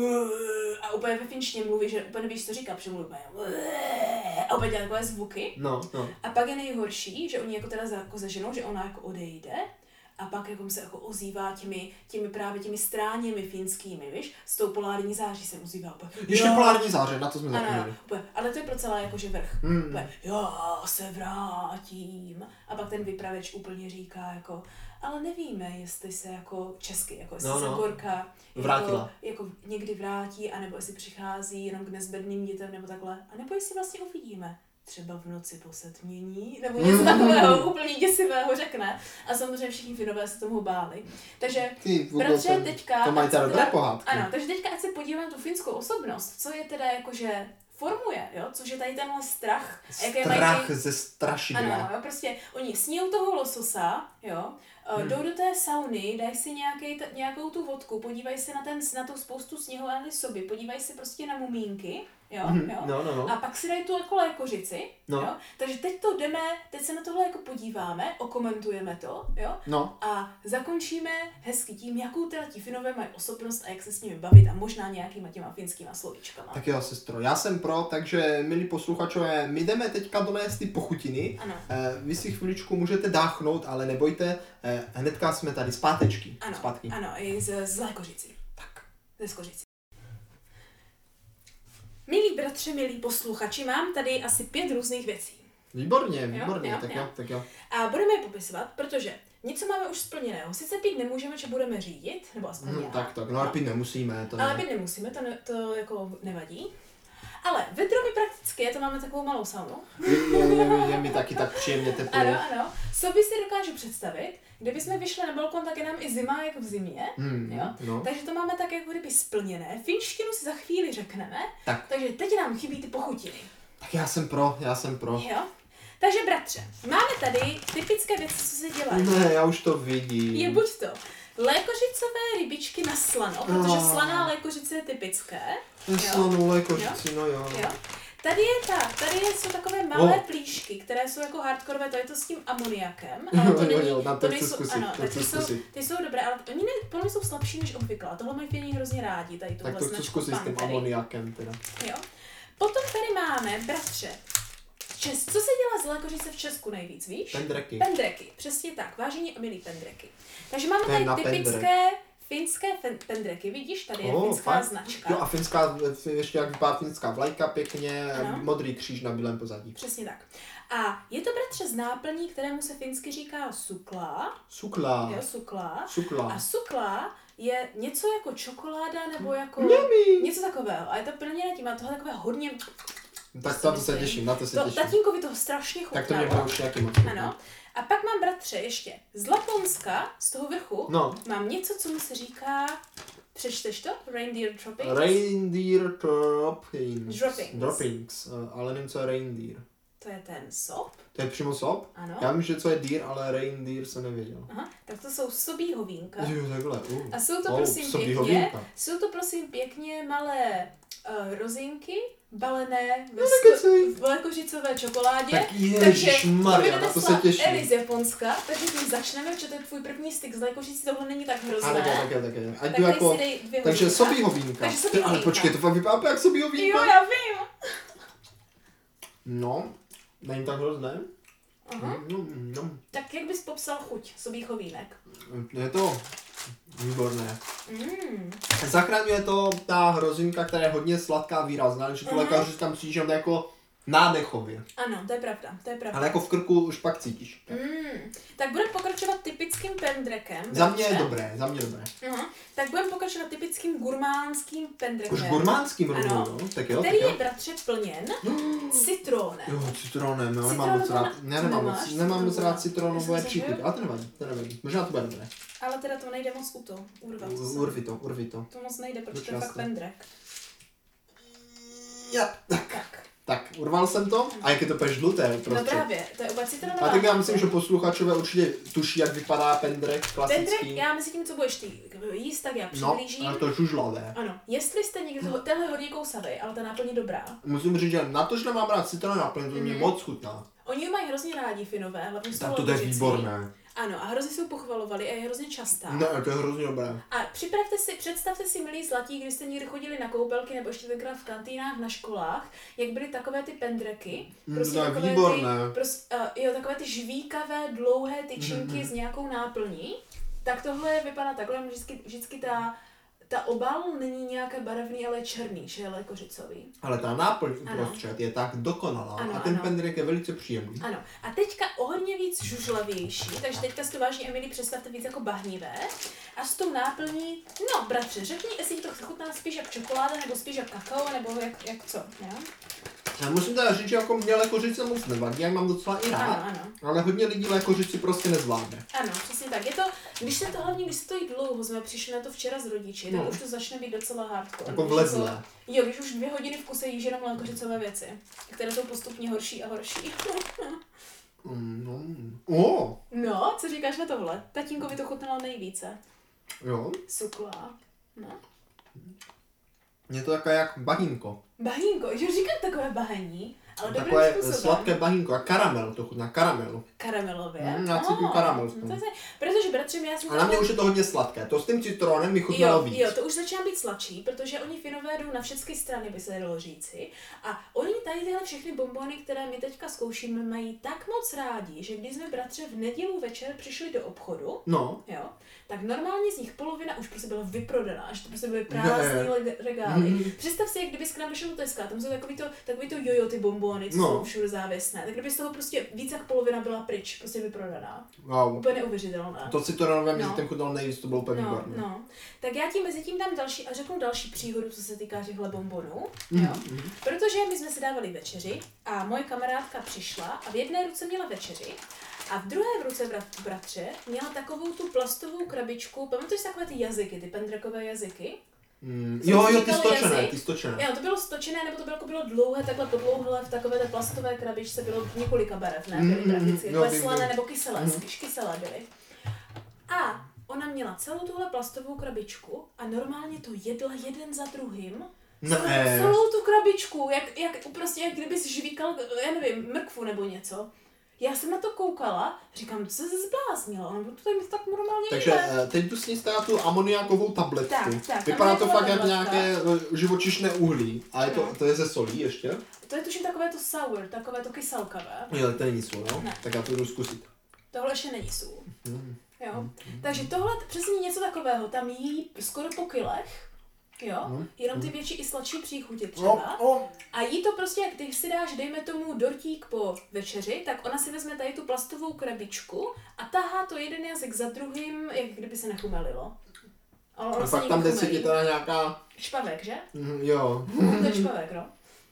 a úplně ve finštině mluví, že úplně nevíš, co říká, protože mluví a úplně dělá takové zvuky. No. A pak je nejhorší, že oni jako teda jako zaženou, že ona jako odejde. A pak jako se jako ozývá těmi stráněmi finskými, víš? S tou polární září se ozývá úplně. Ještě polární záře, na to jsme zapomněli. Ale to je pro celé jakože vrch. Já se vrátím. A pak ten vypravěč úplně říká jako, ale nevíme, jestli se jako česky, jako jestli se Gorka jako někdy vrátí, anebo jestli přichází jenom k nezbedným dětem, nebo takhle. A nebo jestli vlastně uvidíme. Třeba v noci posetmění, nebo něco takového úplně děsivého řekne. A samozřejmě všichni Finové se tomu báli. Takže bratře teďka... To mají teda dobré pohádky. Ano, takže teďka ať se podíváme na tu finskou osobnost, co je teda jakože formuje, jo, což je tady tenhle strach. Strach ze strašidla. Ano, jo, prostě oni sníjou toho lososa, jo, jdou do té sauny, dají si nějakou tu vodku, podívají se na tu spoustu sněhu a na ty soby, podívají se prostě na mumínky, jo. No. A pak si dají tu jako lékořici, jo. Takže teď se na tohle jako podíváme, okomentujeme to, jo. No. A zakončíme hezky tím, jakou teda ti Finové mají osobnost a jak se s nimi bavit a možná nějakýma těma finskýma slovíčkama. Tak jo, sestro, já jsem pro, takže milí posluchačové, my jdeme teďka donést ty pochutiny. Ano. Vy si chviličku můžete dáchnout, ale nebojte, hnedka jsme tady zpátečky. Ano, zpátky. Ano, i z lékořicí. Tak, ze skořicí. Milí bratře, milí posluchači, mám tady asi 5 různých věcí. Výborně, tak jo. A budeme je popisovat, protože něco máme už splněného. Sice pít nemůžeme, že budeme řídit, nebo aspoň já. Tak, no ale pít nemusíme. To jako nevadí. Ale vedro mi prakticky, to máme takovou malou saunu. Je mi taky tak příjemně teplé. Ano. Sobě si dokážu představit, kdybychom vyšli na balkon, tak je nám i zima jako v zimě. Jo? No. Takže to máme tak jako kdyby splněné. Finštinu si za chvíli řekneme. Tak. Takže teď nám chybí ty pochutiny. Tak já jsem pro. Jo? Takže bratře, máme tady typické věci, co se dělají. Ne, já už to vidím. Je buď to lékořicové rybičky na slano, protože slaná lékořice je typické. Slanou lékořici, no jo. Tady jsou takové malé plíšky, které jsou jako hardkorové, to je to s tím amoniakem, ale to není, to nejsou, ty jsou dobré, ale oni podle mě jsou slabší než obvykle, tohle mají Fini hrozně rádi, tady tuhle značku. Tak to chci zkusit s tím amoniakem teda. Jo. Potom tady máme, bratře, co se dělá z lékořice v Česku nejvíc, víš? Pendreky, přesně tak, vážení a milí pendreky. Takže máme tady typické finské pendreky, vidíš, tady je finská značka. Jo, a finská, ještě jak vypadá finská vlajka pěkně, modrý kříž na bílém pozadí. Přesně tak. A je to bratře z náplní, kterému se finsky říká sukla. Sukla. Jo, sukla. Sukla. A sukla je něco jako čokoláda nebo jako něco takového. A je to plně tím, a tohle takové hodně Tak na to se těším, Tatínkovi toho strašně chutnalo. Tak to mě bude už nějaký moc. Ano. A pak mám, bratře, ještě z Laponska, z toho vrchu, mám něco, co mu se říká, přečteš to? Reindeer droppings? Reindeer droppings. Ale nevím, co je reindeer. To je ten sop? To je přímo sop? Ano. Já vím, že co je deer, ale reindeer jsem nevěděl. Aha, tak to jsou sobí hovínka. Jo, takhle. A jsou to prosím pěkně malé rozinky, balené v lékořicové čokoládě. Tak ježišmarja, na to se těším. Eli z Japonska, takže tím začneme, protože to je tvůj první styk s lékořicí, tohle není tak hrozné. Tak jako, si dej 2 takže sobí hovínka. Ale počkej, to fakt vypadá jak sobí hovínka. Jo, já vím. No, není tak hrozné. Aha. Tak jak bys popsal chuť sobích hovínek? Je to výborné. Zachraňuje to ta hrozinka, která je hodně sladká, výrazná, že tu lékaři tam cítíš jako nádechově. Ano, to je pravda. Ale jako v krku už pak cítíš. Tak budeme pokračovat typickým pendrekem. Za mě dobré. Tak budeme pokračovat typickým gurmánským pendrekem. Už gurmánským rovnou, tak jo. Který je, bratře, plněn citrónem. Jo, citrónem, jo, nemám moc rád citronové příchuť, ale to nevadí. Možná to bude dobré. Ale teda to nejde moc Urvi to. To moc nejde, protože to je fakt pendrek. Ja, tak, urval jsem to a jak je to úplně žluté prostě. No právě, to je úplně citronová. A tak já myslím, že posluchačové určitě tuší, jak vypadá pendrek klasický. Pendrek, já mezi tím, co budeš ty jíst, tak já přiblížím. No, ale to je žužlavé. Ano, jestli jste někdo, tenhle hodně kousavej, ale ta náplň je dobrá. Musím říct, že na to, že nemám rád citron náplň, to mě moc chutná. Oni ji mají hrozně rádi Finové, hlavně tak to je výborné. Ano, a hrozně se pochvalovali a je hrozně častá. No, to je hrozně dobré. A představte si, milí zlatí, když jste někdy chodili na koupelky nebo ještě tenkrát v kantýnách na školách, jak byly takové ty pendreky. Prostě to je výborné. Takové ty žvíkavé, dlouhé tyčinky s nějakou náplní. Tak tohle vypadá takhle, vždycky ta obal není nějaké barevný, ale je černý, že je lékořicový. Ale ta náplň uprostřed je tak dokonalá a ten pendrek je velice příjemný. Ano. A teďka o hodně víc žužlavější, takže teďka si to vážně, Emily, představte víc jako bahnivé. A s tou náplní, no bratře, řekni, jestli ti to chutná spíš jak čokoláda, nebo spíš jak kakao, nebo jak co, jo? Já musím teda říct, že jako mě lékořice moc nevadí, já mám docela i rád, ano. Ale hodně lidí lékořici prostě nezvládne. Ano, přesně tak. Je to, když se to jí dlouho, jsme přišli na to včera s rodiči, tak už to začne být docela hardcore. Jako vlezlé. Jo, když už 2 hodiny v kuse jíš jenom lékořicové věci, které jsou postupně horší a horší. No, co říkáš na tohle? Tatínkovi to chutnalo nejvíce. Jo. Sukla. No. Je to takové jak bahínko. Bahínko, že říkám takové bahení, ale dobrým takové způsobem. sladké bahínko a karamel, to chutná karamelu. Karamelově? Já cítím karamel. Protože bratře, já jsem... A na mě už je to hodně sladké, to s tím citronem mi chutnalo víc. Jo, to už začíná být sladší, protože oni Finové jdou na všechny strany, by se dalo říci. A oni tady tyhle všechny bonbony, které my teďka zkoušíme, mají tak moc rádi, že když jsme, bratře, v neděli večer přišli do obchodu, jo, tak normálně z nich polovina už prostě byla vyprodaná, až to prostě byly prázdné regály. Představ si, jak kdybys k nám došel do Teska, tam jsou takový to jojo, ty bonbony, co jsou všude závěsné. Tak kdyby z toho prostě víc jak polovina byla pryč, prostě vyprodaná. Wow. Úplně neuvěřitelné. To citronové mi tím chutnalo nejvíc, to bylo úplně výborné. No. Tak já tím mezi tím dám další a řeknu další příhodu, co se týká těchhle bonbonů. Jo? Protože my jsme si dávali večeři a moje kamarádka přišla a v jedné ruce měla večeři a v druhé v ruce, bratře, měla takovou tu plastovou krabičku, pamatuješ takové ty jazyky, ty pendrekové jazyky? Jo, ty stočené. Jo, to bylo stočené, nebo to bylo dlouhé, takhle podlouhlé, v takové té plastové krabičce bylo několika barev, ne? Byly prakticky slané nebo kyselé, kyselé byly. A ona měla celou tuhle plastovou krabičku a normálně to jedla jeden za druhým. Celou tu krabičku, jak kdyby si žvíkal, já nevím, mrkvu nebo něco. Já jsem na to koukala, říkám, co se zbláznila, nebo to tady tak normálně takže teď tu sníst tu amoniakovou tabletku. Tak, vypadá to fakt jak nějaké živočišné uhlí. A je to je ze solí ještě? To je tuším takové to sour, takové to kyselkavé. Jo, to není sůl, no? Tak já to jdu zkusit. Tohle ještě není sůl. Jo. Takže tohle přesně něco takového, tam jí skoro po kilech. Jo, jenom ty větší i sladší příchutě třeba. A jí to prostě, jak když si dáš, dejme tomu dortík po večeři, tak ona si vezme tady tu plastovou krabičku a tahá to jeden jazyk za druhým, jak kdyby se nechumelilo. Ale pak tam jde cítit teda nějaká... Špavek, že? Jo. To je špavek, no.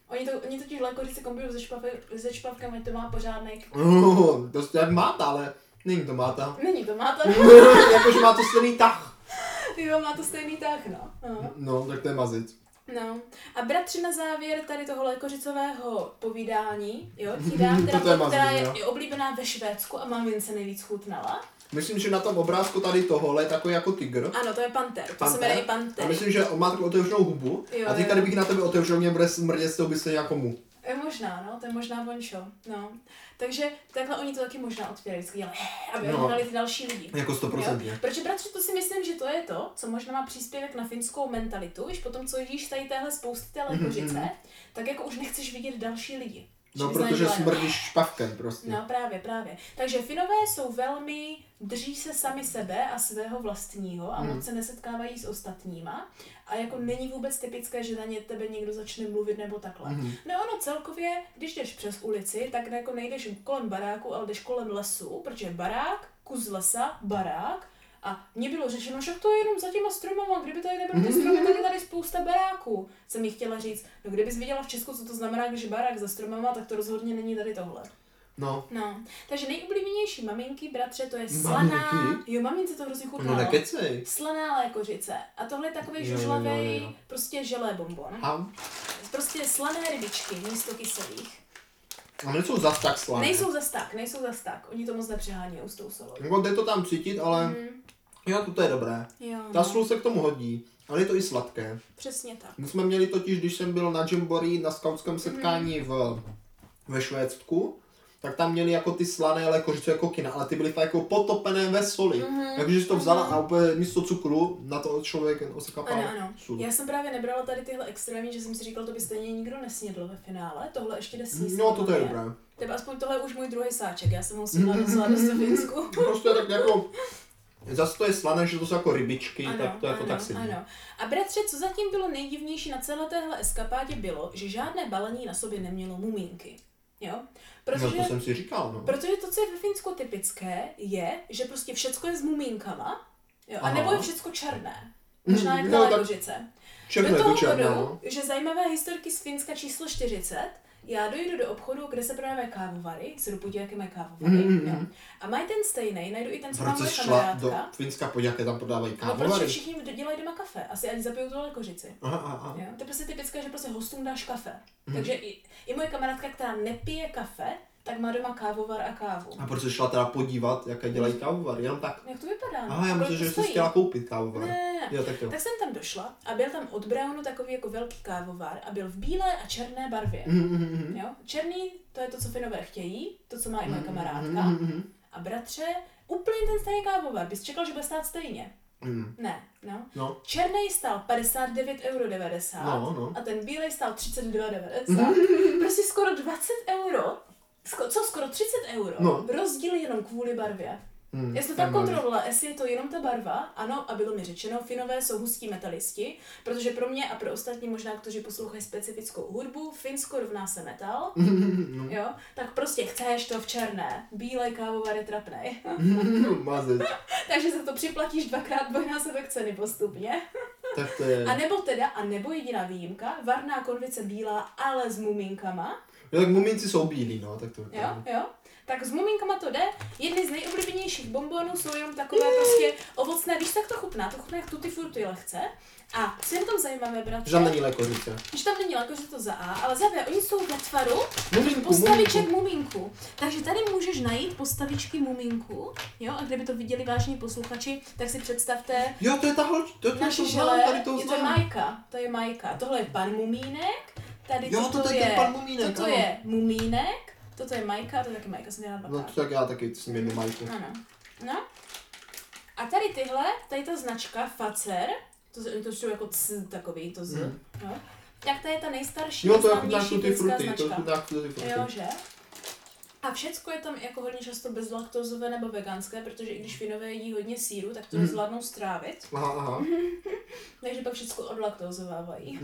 Oni totiž lékořice kombinují se špavkami, to má pořádnej. To je jak máta, ale není to máta. Není to máta. Jakože má to stejný tah. Jo, má to stejný tah, no. No, tak to je mazic. No. A bratři na závěr tady toho lékořicového povídání, jo, ti dám teda která je oblíbená ve Švédsku a mamince nejvíc chutnala. Myslím, že na tom obrázku tady tohle je takový jako tygr. Ano, to je panter, to se jmenuje panter. A myslím, že on má takovou otevřenou hubu. Jo, a teďka, kdybych na tebe otevřel, mě bude smrdět, to by se jako mu. Možná, no, to je možná vončo, no. Takže takhle oni to taky možná otvírají, vždycky dělají, aby odhnali ty další lidi. Jako 100%. Protože bratři, to si myslím, že to je to, co možná má příspěvek na finskou mentalitu, když potom, co vidíš tady téhle spousty té lékořice, tak jako už nechceš vidět další lidi. No, protože smrdíš špavkem prostě. No, právě. Takže Finové jsou velmi, drží se sami sebe a svého vlastního a moc se nesetkávají s ostatníma. A jako není vůbec typické, že na tebe někdo začne mluvit nebo takhle. No ono celkově, když jdeš přes ulici, tak jako nejdeš kolem baráku, ale jdeš kolem lesu, protože barák, kus lesa, barák. A mně bylo řečeno, že to je jenom za těma stromama, kdyby tady nebyly ty stromy, tak je tady spousta baráků. Jsem jí chtěla říct, no kdybys viděla v Česku, co to znamená, když je barák za stromama, tak to rozhodně není tady tohle. No. Takže nejoblíbenější maminky, bratře, to je slaná. Maminky? Jo, mamince to hrozně chutnalo. No nekecej. Slaná lékořice. A tohle je takový žužlavej, prostě želé bonbon. A? Prostě slané rybičky místo kyselých. A nejsou zas tak slané. Nejsou zas tak. Oni to moc nepřehánějí s tou solou. Jako jde to tam cítit, ale jo, to je dobré. Jo, Ta sůl se k tomu hodí, ale je to i sladké. Přesně tak. My jsme měli totiž, když jsem byl na Jamboree na skautském setkání ve Švédsku, tak tam měli jako ty slané lékořice jako kina, ale ty byly fakt jako potopené ve soli. Takže si to vzala a úplně místo cukru na to člověk osekapal sůl. Já jsem právě nebrala tady tyhle extrémní, že jsem si říkal, to by stejně nikdo nesnědl ve finále. Tohle ještě jde sníst. No, to je dobré. Tebe aspoň tohle je už můj druhý sáček, já jsem ho snědla docela dost v Finsku. Prostě tak jako, zase to je slané, že to jsou jako rybičky, tak to jako tak sedí. Ano. A bratře, co zatím bylo nejdivnější na celé téhle eskapádě bylo, že žádné balení na sobě nemělo mumínky. Jo? Protože, no to jsem si říkal, no. Protože to, co je ve Finsku typické, je, že prostě všecko je s mumínkama, jo? A nebo je všecko černé. Možná jak ta lékořice. Všechno je to černé, no. Že zajímavé historky z Finska číslo 40, já dojdu do obchodu, kde se prodávají kávovary, se jdu podívat, jaké mají kávovary, jo? A mají ten stejný, najdu i ten, co má moje kamarádka. Do Finska podívat, jaké tam prodávají kávovary? No, protože všichni dělají doma kafe, asi ani zapijou tu lékořici. Aha. Jo? To je prostě typické, že prostě hostům dáš kafe. Takže i moje kamarádka, která nepije kafe, tak má doma kávovar a kávu. A proč jsi šla teda podívat, jaké dělají kávovar? Jenom tak? Jak to vypadá? Aha, já myslím, že jsi chtěla koupit kávovar. Ne. Jo, tak jsem tam došla a byl tam od Brownu takový jako velký kávovar a byl v bílé a černé barvě. Jo? Černý, to je to, co Finové chtějí, to, co má i moje kamarádka. A bratře, úplně ten stejný kávovar, bys čekal, že bude stát stejně. Ne, no. Černý stál 59,90 € no. a ten bílej stál 32,90 Prostě skoro 20 €. Skoro 30 €? No. Rozdíl jenom kvůli barvě. Já jsem tak kontrolovala, jestli je to jenom ta barva, ano, a bylo mi řečeno, Finové jsou hustí metalisti, protože pro mě a pro ostatní možná, kteří poslouchají specifickou hudbu, Finsko rovná se metal, jo, tak prostě chceš to v černé, bílej kávovar je trapnej. Takže za to připlatíš dvakrát dvojnásobek ceny postupně. Tak to je. A nebo jediná výjimka, varná konvice bílá, ale s mumínkama. Jo, tak mumínci jsou bílí, no, tak to vypadá. Jo. Tak s mumínkama to jde. Jedny z nejoblíbenějších bonbonů jsou jenom takové prostě ovocné, víš, tak to chutná jak tutti frutti lehce. A co je tam zajímavé, bratře? Že tam není lékořice. Že tam není lékořice, to za A, ale za B, oni jsou ve tvaru postaviček mumínku. Takže tady můžeš najít postavičky mumínku, jo, a kdyby to viděli vážní posluchači, tak si představte. Jo, to je ta holčička, naši žele, to je Majka. Tohle je pan Mumínek, tady jo, toto je pan Mumínek, toto je Mumínek, toto je Majka, to je taky Majka, jsem dělala dvakrát. No tak já taky jsem jednu Majku. Ano. No. A tady ta značka Fazer, to jsou jako takový, to z, no. Tak to je ta nejstarší, nejslavnější finská značka. Jo, že? A všecko je tam jako hodně často bezlaktozové nebo veganské, protože i když Finové jedí hodně sýru, tak to nezvládnou strávit. Aha. Takže pak všecko odlaktozovávají.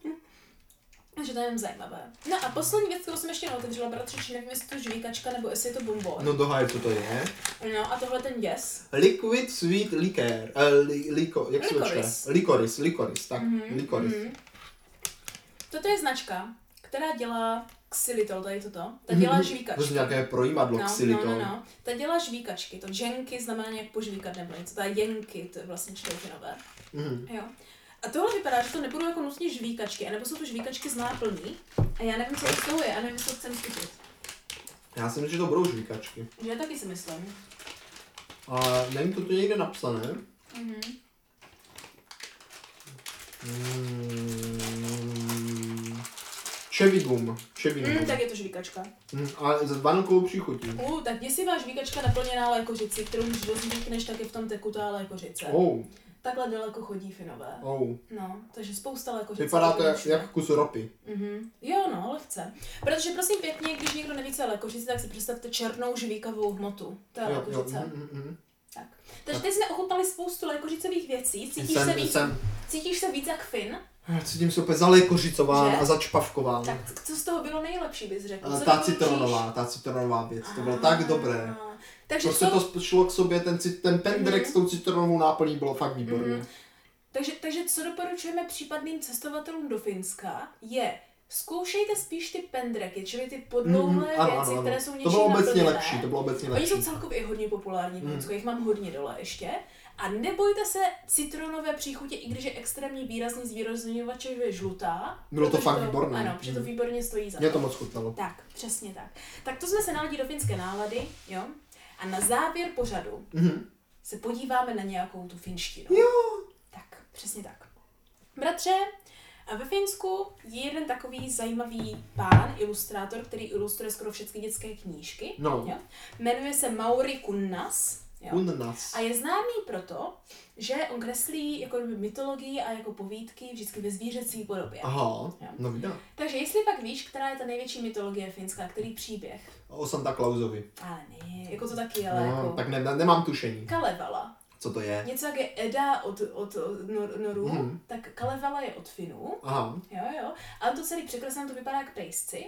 Takže to je jen zajímavé. No a poslední věc, kterou jsem ještě neotevřela, bratři, nevím, jestli to žvíkačka nebo jestli je to bonbon. No dohaj, co to je. No a tohle ten děs. Liquid sweet liquor. Jak se to čte? Licorice, tak. Licorice. Toto je značka, která dělá xylitol, tady toto. Ta dělá žvíkačky. To je nějaké projímadlo, xylitol. No. Ta dělá žvíkačky. To dženky znamená nějak požvíkat nebo něco. Ta jenky, to je vlastně čtoufinové. Jo. A tohle vypadá, že to nebudou jako nutně žvíkačky, anebo jsou to žvíkačky z náplní. A já nevím, co to z toho je, a nevím, co chcem zkusit. Já si myslím, že to budou žvíkačky. Že já taky si myslím. A nevím, to tu je někde napsané. Chewigum. Tak je to žvíkačka. A s vanilkovou příchutí. Tak děsivá žvíkačka naplněná lékořicí, kterou když rozžvíkneš, tak je v tom tekutá lékořice. Takhle daleko chodí Finové. No, takže spousta lékořice. Vypadá to jak kus ropy. Jo, no, lehce. Protože prosím pěkně, když někdo neví, co je lékořice, tak si představte černou žvíkavou hmotu. To je lékořice. Tak. Takže teď jsme ochutnali spoustu lékořicových věcí. Cítíš se víc jak Fin? Cítím se úplně zalékořicován a začpavkován. Tak co z toho bylo nejlepší, bys řekl? Ta citronová věc, to bylo tak dobré. Takže prostě to šlo k sobě, ten pendrek s tou citronovou náplní bylo fakt výborné. Takže co doporučujeme případným cestovatelům do Finska je zkoušejte spíš ty pendreky, čili ty podlouhlé věci, které jsou něčím naplněné. To bylo obecně lepší. Oni jsou celkově hodně populární v Finsku, jich mám hodně dole ještě. A nebojte se citronové příchutě, i když je extrémně výrazný zvýrazňovač, že je žlutá. Bylo to fakt výborné. Ano, protože to výborně stojí za to. Mě to moc chutnalo. Tak, přesně tak. Tak to jsme se naladili do finské nálady, jo? A na závěr pořadu se podíváme na nějakou tu finštinu. Jo. Tak, přesně tak. Bratře, a ve Finsku je jeden takový zajímavý pán, ilustrátor, který ilustruje skoro všechny dětské knížky. Jo? Jmenuje se Mauri Kunnas. A je známý proto, že on kreslí jako mytologii a jako povídky vždycky ve zvířecí podobě. No vidím. Takže jestli pak víš, která je ta největší mytologie finská, který příběh? O Santa Clausovi. Ale ne, jako to taky, ale jako... Tak nemám tušení. Kalevala. Co to je? Něco jak je Eda od Norů, tak Kalevala je od Finů. Jo. A to celý překresleno to vypadá jak pejsci.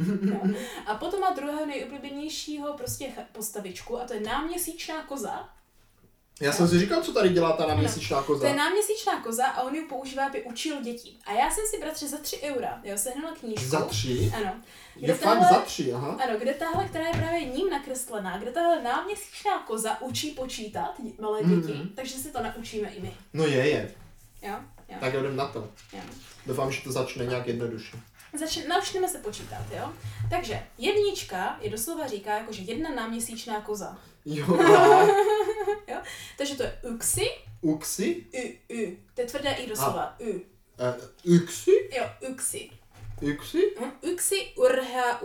A potom má druhého nejoblíbenějšího prostě postavičku a to je náměsíčná koza. Já jsem si říkal, co tady dělá ta náměsíčná koza. To je náměsíčná koza a on ji používá, aby učil děti. A já jsem si, bratře, za 3 eura, sehnala knížku. Za 3? Ano. Je fakt za 3, Ano, kde tahle, která je právě ním nakreslená, kde tahle náměsíčná koza učí počítat malé děti, takže si to naučíme i my. No je. Jo. Tak jdem na to. Jo. Doufám, že to začne nějak jednoduše. Naučíme se počítat, jo? Takže jednička je doslova říká, jakože jedna náměsíčná koza. Jo. Takže to je uksi. Uksi? To je tvrdé i doslova. Uksi? Jo, uksi. Uksi? Uksi urha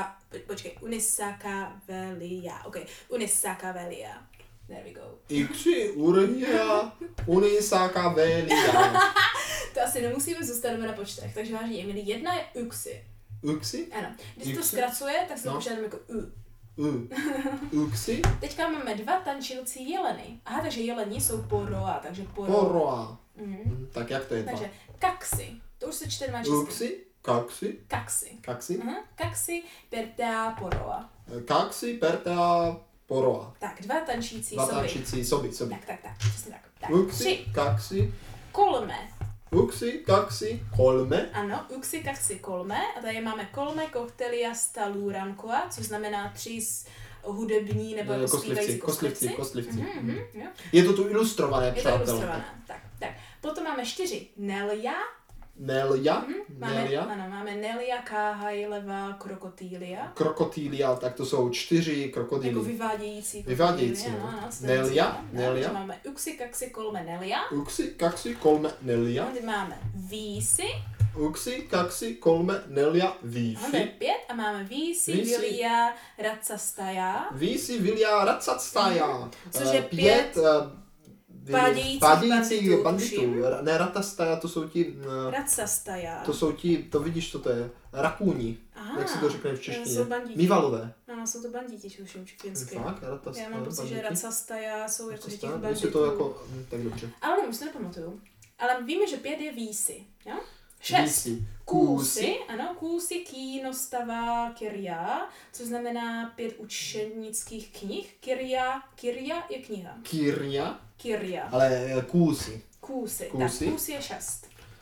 unisakavelia. Ok, unisakavelia. There we go. Uksi urha unisakavelia. To asi nemusíme zůstat na počtech, takže vážně, milí, jedna je uksi. Uksi? Ano. Když to zkracuje, tak se to počítáme jako Uksi? Teďka máme 2 tančící jeleny. Aha, takže jeleni jsou poroa, takže poroa. Tak jak to je? Takže kaksi. To už se čte na česky. Uksi? Kaksi? Kaksi. Kaksi pertea poroa. Kaksi pertea poroa. Tak, 2 tančící soby. 2 tančící soby. Tak, přesně tak. Uksi, kaksi. Kolme. Uksi, kaksi, kolme. Ano, uksi, kaksi, kolme. A tady máme kolme, kohtelia, stalurankoa, což znamená 3 hudební nebo jako zpívající kostlivci. Je to tu ilustrované, přátelé. Je to ilustrované, tak. Potom máme 4 nelia. Nelia? Máme Nelia, Káhajleva, Krokotýlia. Krokotýlia, tak to jsou 4 krokodýly. Jako vyvádějící. Nelia. Máme uksi, kaksi, kolme, Nelia. Uksi, kaksi, kolme, Nelia. Tady máme vísi. Uksi, kaksi, kolme, Nelia, vísi. Máme 5 a máme vísi, vilia, racastaja. Vísi, vilia, racastaja. Což je 5 pádějících banditů. Ne, ratastaja, to jsou ti... Racastaja. To jsou ti, to vidíš, co to je? Rakůni. Jak se to řekne v češtině? Mývalové. Ano, jsou to banditi, tuším finsky. Fakt? Ratastaja, já mám pocit, že racastaja jsou jako těch banditů. Jestli to jako, tak dobře. Ale už si nepamatuju. Ale víme, že 5 je vísi, jo? 6. Kůsi, ano, kůsi, kínostava, kirja, což znamená 5 učenických knih. Kirja je kniha. Kirja? Ale kůsi. Tak kůsi je 6.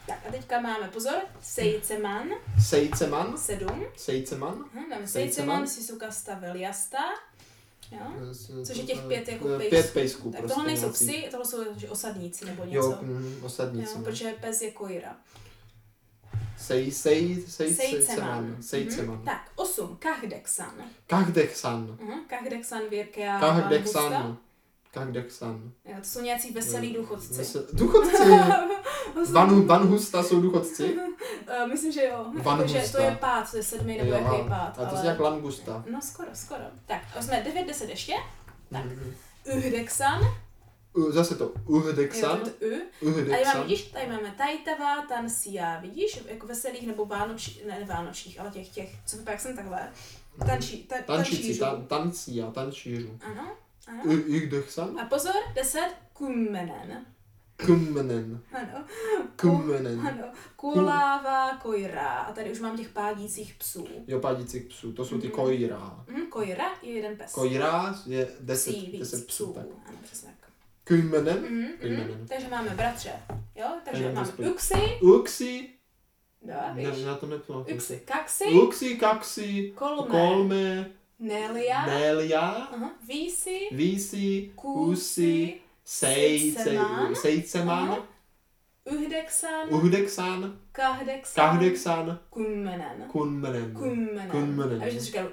Tak a teďka máme, pozor, Seitseman. Seitseman. 7. Seitseman. Máme Seitseman, Sisukasta, Veliasta. Jo? Což je těch 5 jako pejsků. 5 pejsků. Tak prostě tohle nejsou nějaký. psy, tohle jsou osadníci nebo něco. Jo, osadníci. Jo, protože pes je koira. Seitseman. Tak, 8. Kahdeksan. Kahdeksan. Kahdeksan, Virkea, Kahdeksan. Jo, to jsou nějací veselí důchodci. Důchodci? Van Husta jsou důchodci? Myslím, že jo. Takže to je pád, to je 7. nebo jaký pád. A to je jak langusta. No skoro. Tak, jsme 9, 10 ještě. Tak, Uhdeksan. Zase to Uhdeksan. A vidíš, tady máme Taitava, Tansia, vidíš, jako veselých nebo vánočních, ale těch, co vypadá, jak jsem takhle. Tančíci, tančířů. Ano. Uhdeksan. A pozor, 10, Kummenen. Ano. Ano. Kuláva, koira. A tady už mám těch pádících psů. Jo, pádících psů, to jsou ty koira. Koira je jeden pes. Koira je 10 psů. Tak. Ano, přesně tak. Kymmenen. Takže máme bratře. Jo, takže máme Uxi. Uxi. Víš? Já to nepamatuji. Uxi, Kaxi. Kolme. Kolme. Nelia. Vísi. Kusi. Seitseman. Uhdeksan. Kahdeksan. Kummenen. A víš, že jsi říkal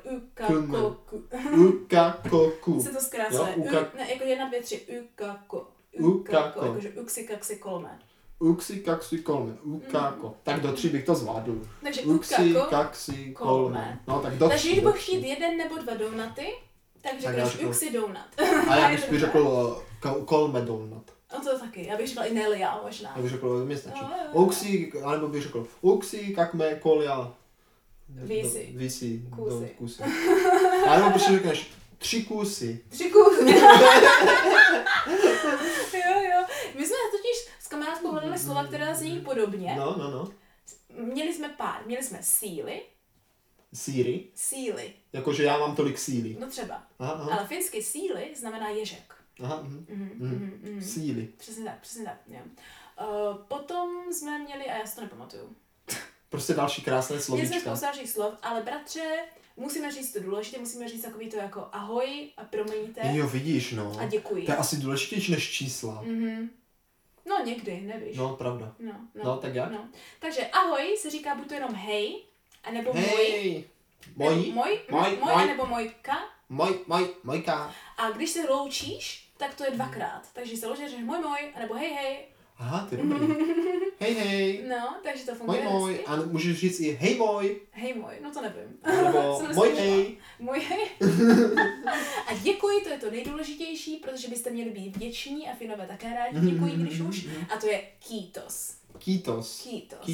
Ukakoku. Se to zkrátuje. Jako 1, 2, 3. Ukako. Jakože Uxi, Kaxi, Kolme. Uxi, Kaxi, Kolme. Ukako. Tak do 3 bych to zvládl. Takže Uxi, Kaxi, Kolme. No tak do 3. Takže když budu chtít 1 nebo 2 donuty, tak řekneš Uxi donut. A já bych řekl Kolme donut. No to taky, já bych řekla i Nelia možná. Já bych řekl, mě stačí. Uxi, anebo bych řekl Uxi, kakme, kolia. Vísi. Kusy. A nebo prostě řekneš 3 kusy. 3 kusy. Jo. My jsme totiž s kamarádkou hledali slova, která zní podobně. No. Měli jsme pár. Měli jsme síly. Síly. Jakože já mám tolik síly. No třeba. Aha. Ale finsky síly znamená ježek. Aha. Síly. Přesně tak. Jo. Potom jsme měli, a já si to nepamatuju. Prostě další krásné slovíčka. Měli jsme spoustu dalších slov, ale bratře, musíme říct to důležité, musíme říct takový to jako ahoj a promiňte. Jo, vidíš, no. A děkuji. To je asi důležitější než čísla. No někdy, nevíš. No, pravda. No, tak jak? No. Takže ahoj se říká buď to jenom hej, anebo hej. Můj, anebo mojka. Mojka. A když se loučíš, tak to je 2krát. Takže se loučíš, můj, anebo hej. Aha, ty dobrý. Hej. No, takže to funguje. Můj. A můžeš říct i hej můj, no to nevím. Nebo můj hej. A děkuji, to je to nejdůležitější, protože byste měli být vděční a Finové také rádi děkují, když už. A to je kýtos. Kýtos.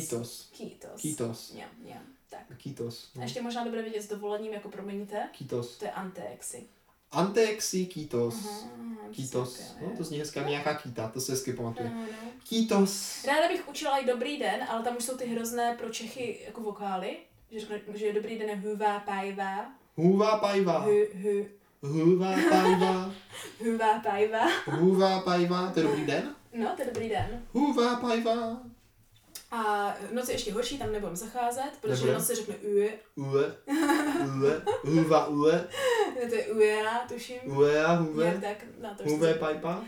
Jo, tak. Kýtos. A ještě možná dobré vidět s dovolením, jako promiňte. Kýtos. To je anteexi. Anteexi, kýtos. Kýtos. No, to zní hezká nějaká kýta, to se hezky pamatuje. Kýtos. Ráda bych učila i dobrý den, ale tam už jsou ty hrozné pro Čechy jako vokály. Že dobrý den je huvá pajva. Huvá pajva. Huvá pajva. Huvá pajva, to je dobrý den? No, to je dobrý den. Huvá pajva. A noc je ještě horší, tam nebudem zacházet, protože noc se řekne ue. Huva ue. To je uea, tuším. Uea. Tak, no, to Huve pajpa.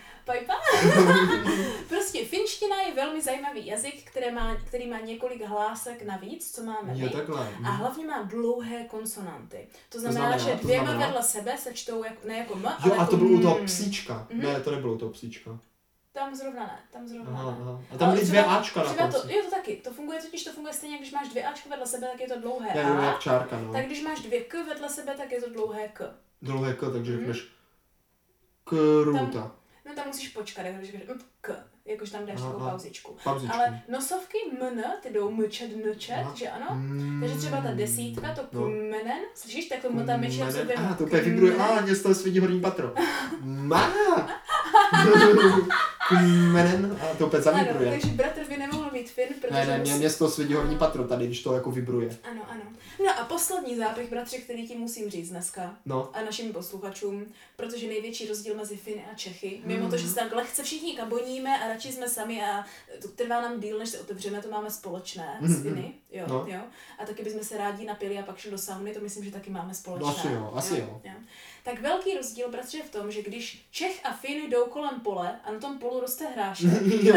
Prostě finština je velmi zajímavý jazyk, který má několik hlásek navíc, co máme my. A hlavně má dlouhé konsonanty. To znamená, že dvěma vedle sebe se čtou ne jako m, ale jo, jako a to bylo u toho psíčka. Ne, to nebylo u toho psíčka. Tam zrovna ne. Aha. A tam byly 2 Ačka na konci. Jo, to taky. To funguje stejně, když máš 2 Ačka vedle sebe, tak je to dlouhé A. Jo, jak čárka, no. Tak když máš 2 K vedle sebe, tak je to dlouhé K. Dlouhé K, takže řekneš kruta. No tam musíš počkat, když řekneš K, jakož tam dáš takovou pauzičku. Pauzičku. Ale nosovky mn, ty jdou mčet, že ano? Takže třeba ta 10, to kummenen, slyšíš, tak to m tam myčí na sobě. To úplně vibruje, mě z toho svědí horní patro. Kummenen, a to úplně zavibruje. Ano, takže bratr by nemohl mít fin, protože... Ne, mě z toho svědí horní patro tady, když to jako vibruje. Ano. No a poslední zápich, bratře, který ti musím říct dneska. No. A našim posluchačům, protože největší rozdíl mezi Finy a Čechy, mimo to, že se tak lehce všichni kaboníme a radši jsme sami a to trvá nám díl, než se otevřeme, to máme společné s Finy, jo. A taky bychom se rádi napili a pak šli do sauny, to myslím, že taky máme společné. No, asi jo. Tak velký rozdíl, bratře, je v tom, že když Čech a Fin jdou kolem pole a na tom polu roste hrášek. jo.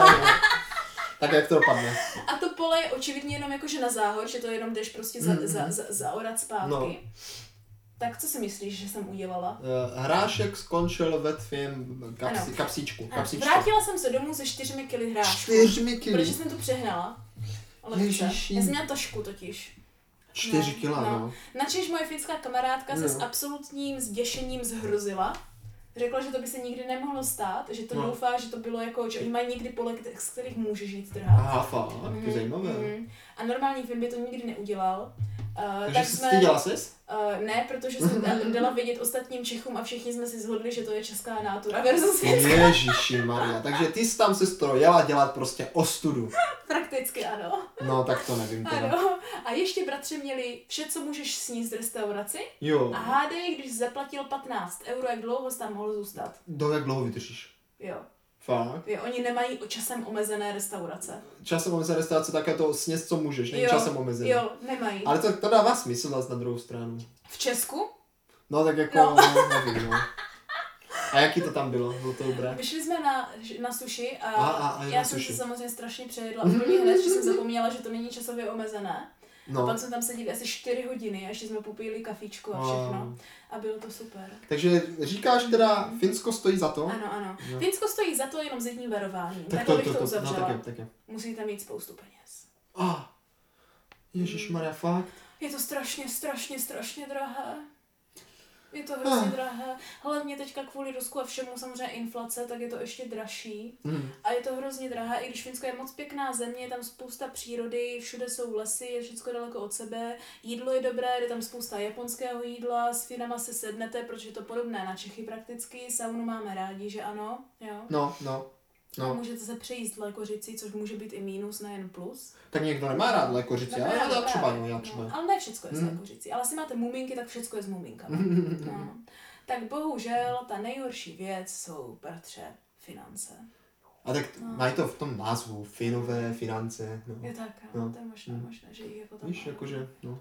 Tak jak to dopadne? A to pole je očividně jenom jakože na záhod, že to jenom jdeš prostě zaorat zpátky. No. Tak co si myslíš, že jsem udělala? Hrášek skončil ve tvém kapsíčku. Vrátila jsem se domů se 4 kg hrášku. 4 kg? Protože jsem to přehnala. Já jsem měla tašku totiž. 4 kila, no. Načež moje finská kamarádka se s absolutním zděšením zhrozila. Řekla, že to by se nikdy nemohlo stát, že to doufá, že to bylo jako, že oni mají někdy pole, z kterých můžeš jít trhat. Aha, fakt, to je zajímavé. A normální Fin by to nikdy neudělal. Takže styděla ses? Ne, protože jsem dala vědět ostatním Čechům a všichni jsme si shodli, že to je česká nátura versus finská. Ježišimaria, takže ty jsi tam se jela dělat prostě ostudu. Prakticky ano. No tak to nevím teda. Ano. A ještě bratři měli vše, co můžeš sníst v restauraci. Jo. A hádej, když zaplatil 15 €, jak dlouho jsi tam mohl zůstat? Jak dlouho vydržíš? Jo. Fakt? Jo, oni nemají časem omezené restaurace. Časem omezené restaurace, tak je to sněz, co můžeš, není časem omezené. Jo, nemají. Ale to dává smysl zase na druhou stranu. V Česku? No tak jako, nevím, no. A jaký to tam bylo? Bylo to dobré? Vyšli jsme na sushi a já jsem se samozřejmě strašně přejedla. Úplně hned, že jsem zapomněla, že to není časově omezené. No. A pak jsme tam seděli asi 4 hodiny a ještě jsme popíjeli kafíčko a všechno. A bylo to super. Takže říkáš teda, Finsko stojí za to? Ano. No. Finsko stojí za to jenom s jedním varováním. Tak to bych to uzavřela. No, tak je. Musíte mít spoustu peněz. Ježišmarja, fakt? Je to strašně drahé. Je to hrozně drahé. Hlavně teďka kvůli Rusku a všemu samozřejmě inflace, tak je to ještě dražší. A je to hrozně drahé, i když Finsko je moc pěkná země, je tam spousta přírody, všude jsou lesy, je všechno daleko od sebe. Jídlo je dobré, je tam spousta japonského jídla, s Finama se sednete, protože je to podobné na Čechy prakticky. Saunu máme rádi, že ano? Jo? No. A můžete se přejíst lékořici, což může být i mínus, nejen plus. Tak někdo nemá rád lékořici, já třeba. Ale ne všecko je s lékořicí. Ale jestli máte muminky, tak všecko je s muminkami. No. Tak bohužel ta nejhorší věc jsou, bratře, finance. A tak mají to v tom názvu, Finové, finance. Je tak, no. To je možné, že jich jako tam víš, jakože, no.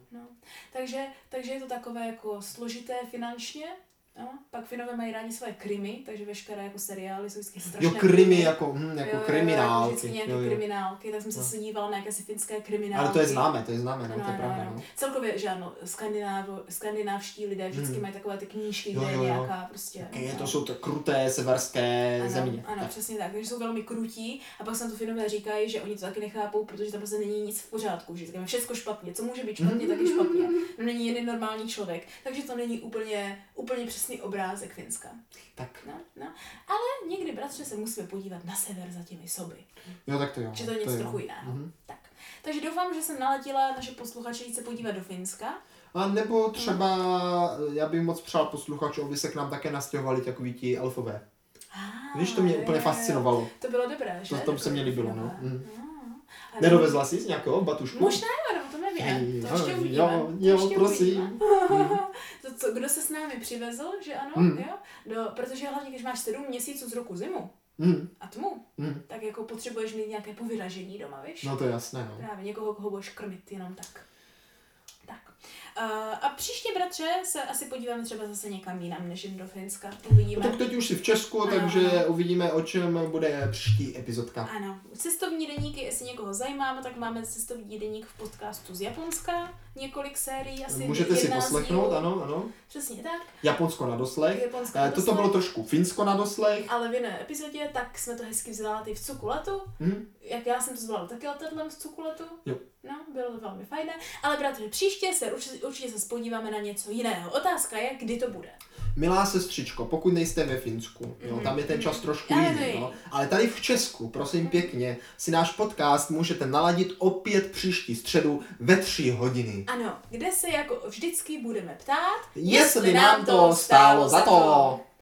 Takže je to takové jako složité finančně. No, pak Finové mají rádi svoje krimi, takže veškeré jako seriály jsou vždycky strašné. Krimi jako kriminálky. Vždycky nějaké kriminálky, tak jsem se dívala na jakési finské kriminálky. Ale to je známé, no, to je pravda. No. Celkově, že ano, skandinávští lidé vždycky mají takové ty knížky, kde je nějaká prostě. To jsou to kruté severské země. Ano, přesně tak, takže jsou velmi krutí a pak se to Finové říkají, že oni to taky nechápou, protože tam prostě není nic v pořádku, že říkáme všechno špatně, co může být špatně, tak je špatně. Není jeden normální člověk, takže to není úplně přesný obrázek Finska. Tak. No. Ale někdy, bratře, se musíme podívat na sever za těmi soby. Jo, tak to jo. Že to je něco trochu jiného. Tak. Takže doufám, že jsem naladila naše posluchače jít se podívat do Finska. A nebo třeba, já bych moc přál posluchačům, aby se k nám také nastěhovali takoví ti elfové. Víš, to mě úplně fascinovalo. To bylo dobré, že? To se mě líbilo, no. Nedovezla jsi z nějakého batušku? Možná jo, to nevím. To ještě uvidíme. Jo, prosím. Kdo se s námi přivezl, že ano? Jo? Protože hlavně, když máš 7 měsíců z roku zimu a tmu, tak jako potřebuješ mít nějaké povyražení doma, víš? No to je jasné, no. Právě někoho, koho budeš krmit jenom tak. A příště, bratře, se asi podíváme třeba zase někam jinam, než jen do Finska. Uvidíme. Tak teď už jsi v Česku, takže uvidíme, o čem bude příští epizodka. Ano. Cestovní deníky, jestli někoho zajímá, tak máme cestovní deník v podcastu z Japonska. Několik sérií, asi můžete si poslechnout, ano. Přesně tak. Japonsko na doslech. Toto bylo trošku Finsko na doslech. Ale v jiné epizodě, tak jsme to hezky vzali v Cukuletu. Jak já jsem to zvládla taky letadlem z Cukuletu. Jo. No, bylo to velmi fajné. Ale bratře, příště se určitě podíváme na něco jiného. Otázka je, kdy to bude. Milá sestřičko, pokud nejste ve Finsku, tam je ten čas trošku jiný, ale tady v Česku, prosím pěkně, si náš podcast můžete naladit opět příští středu ve 3 hodiny. Ano, kde se jako vždycky budeme ptát, jestli nám to stálo za to.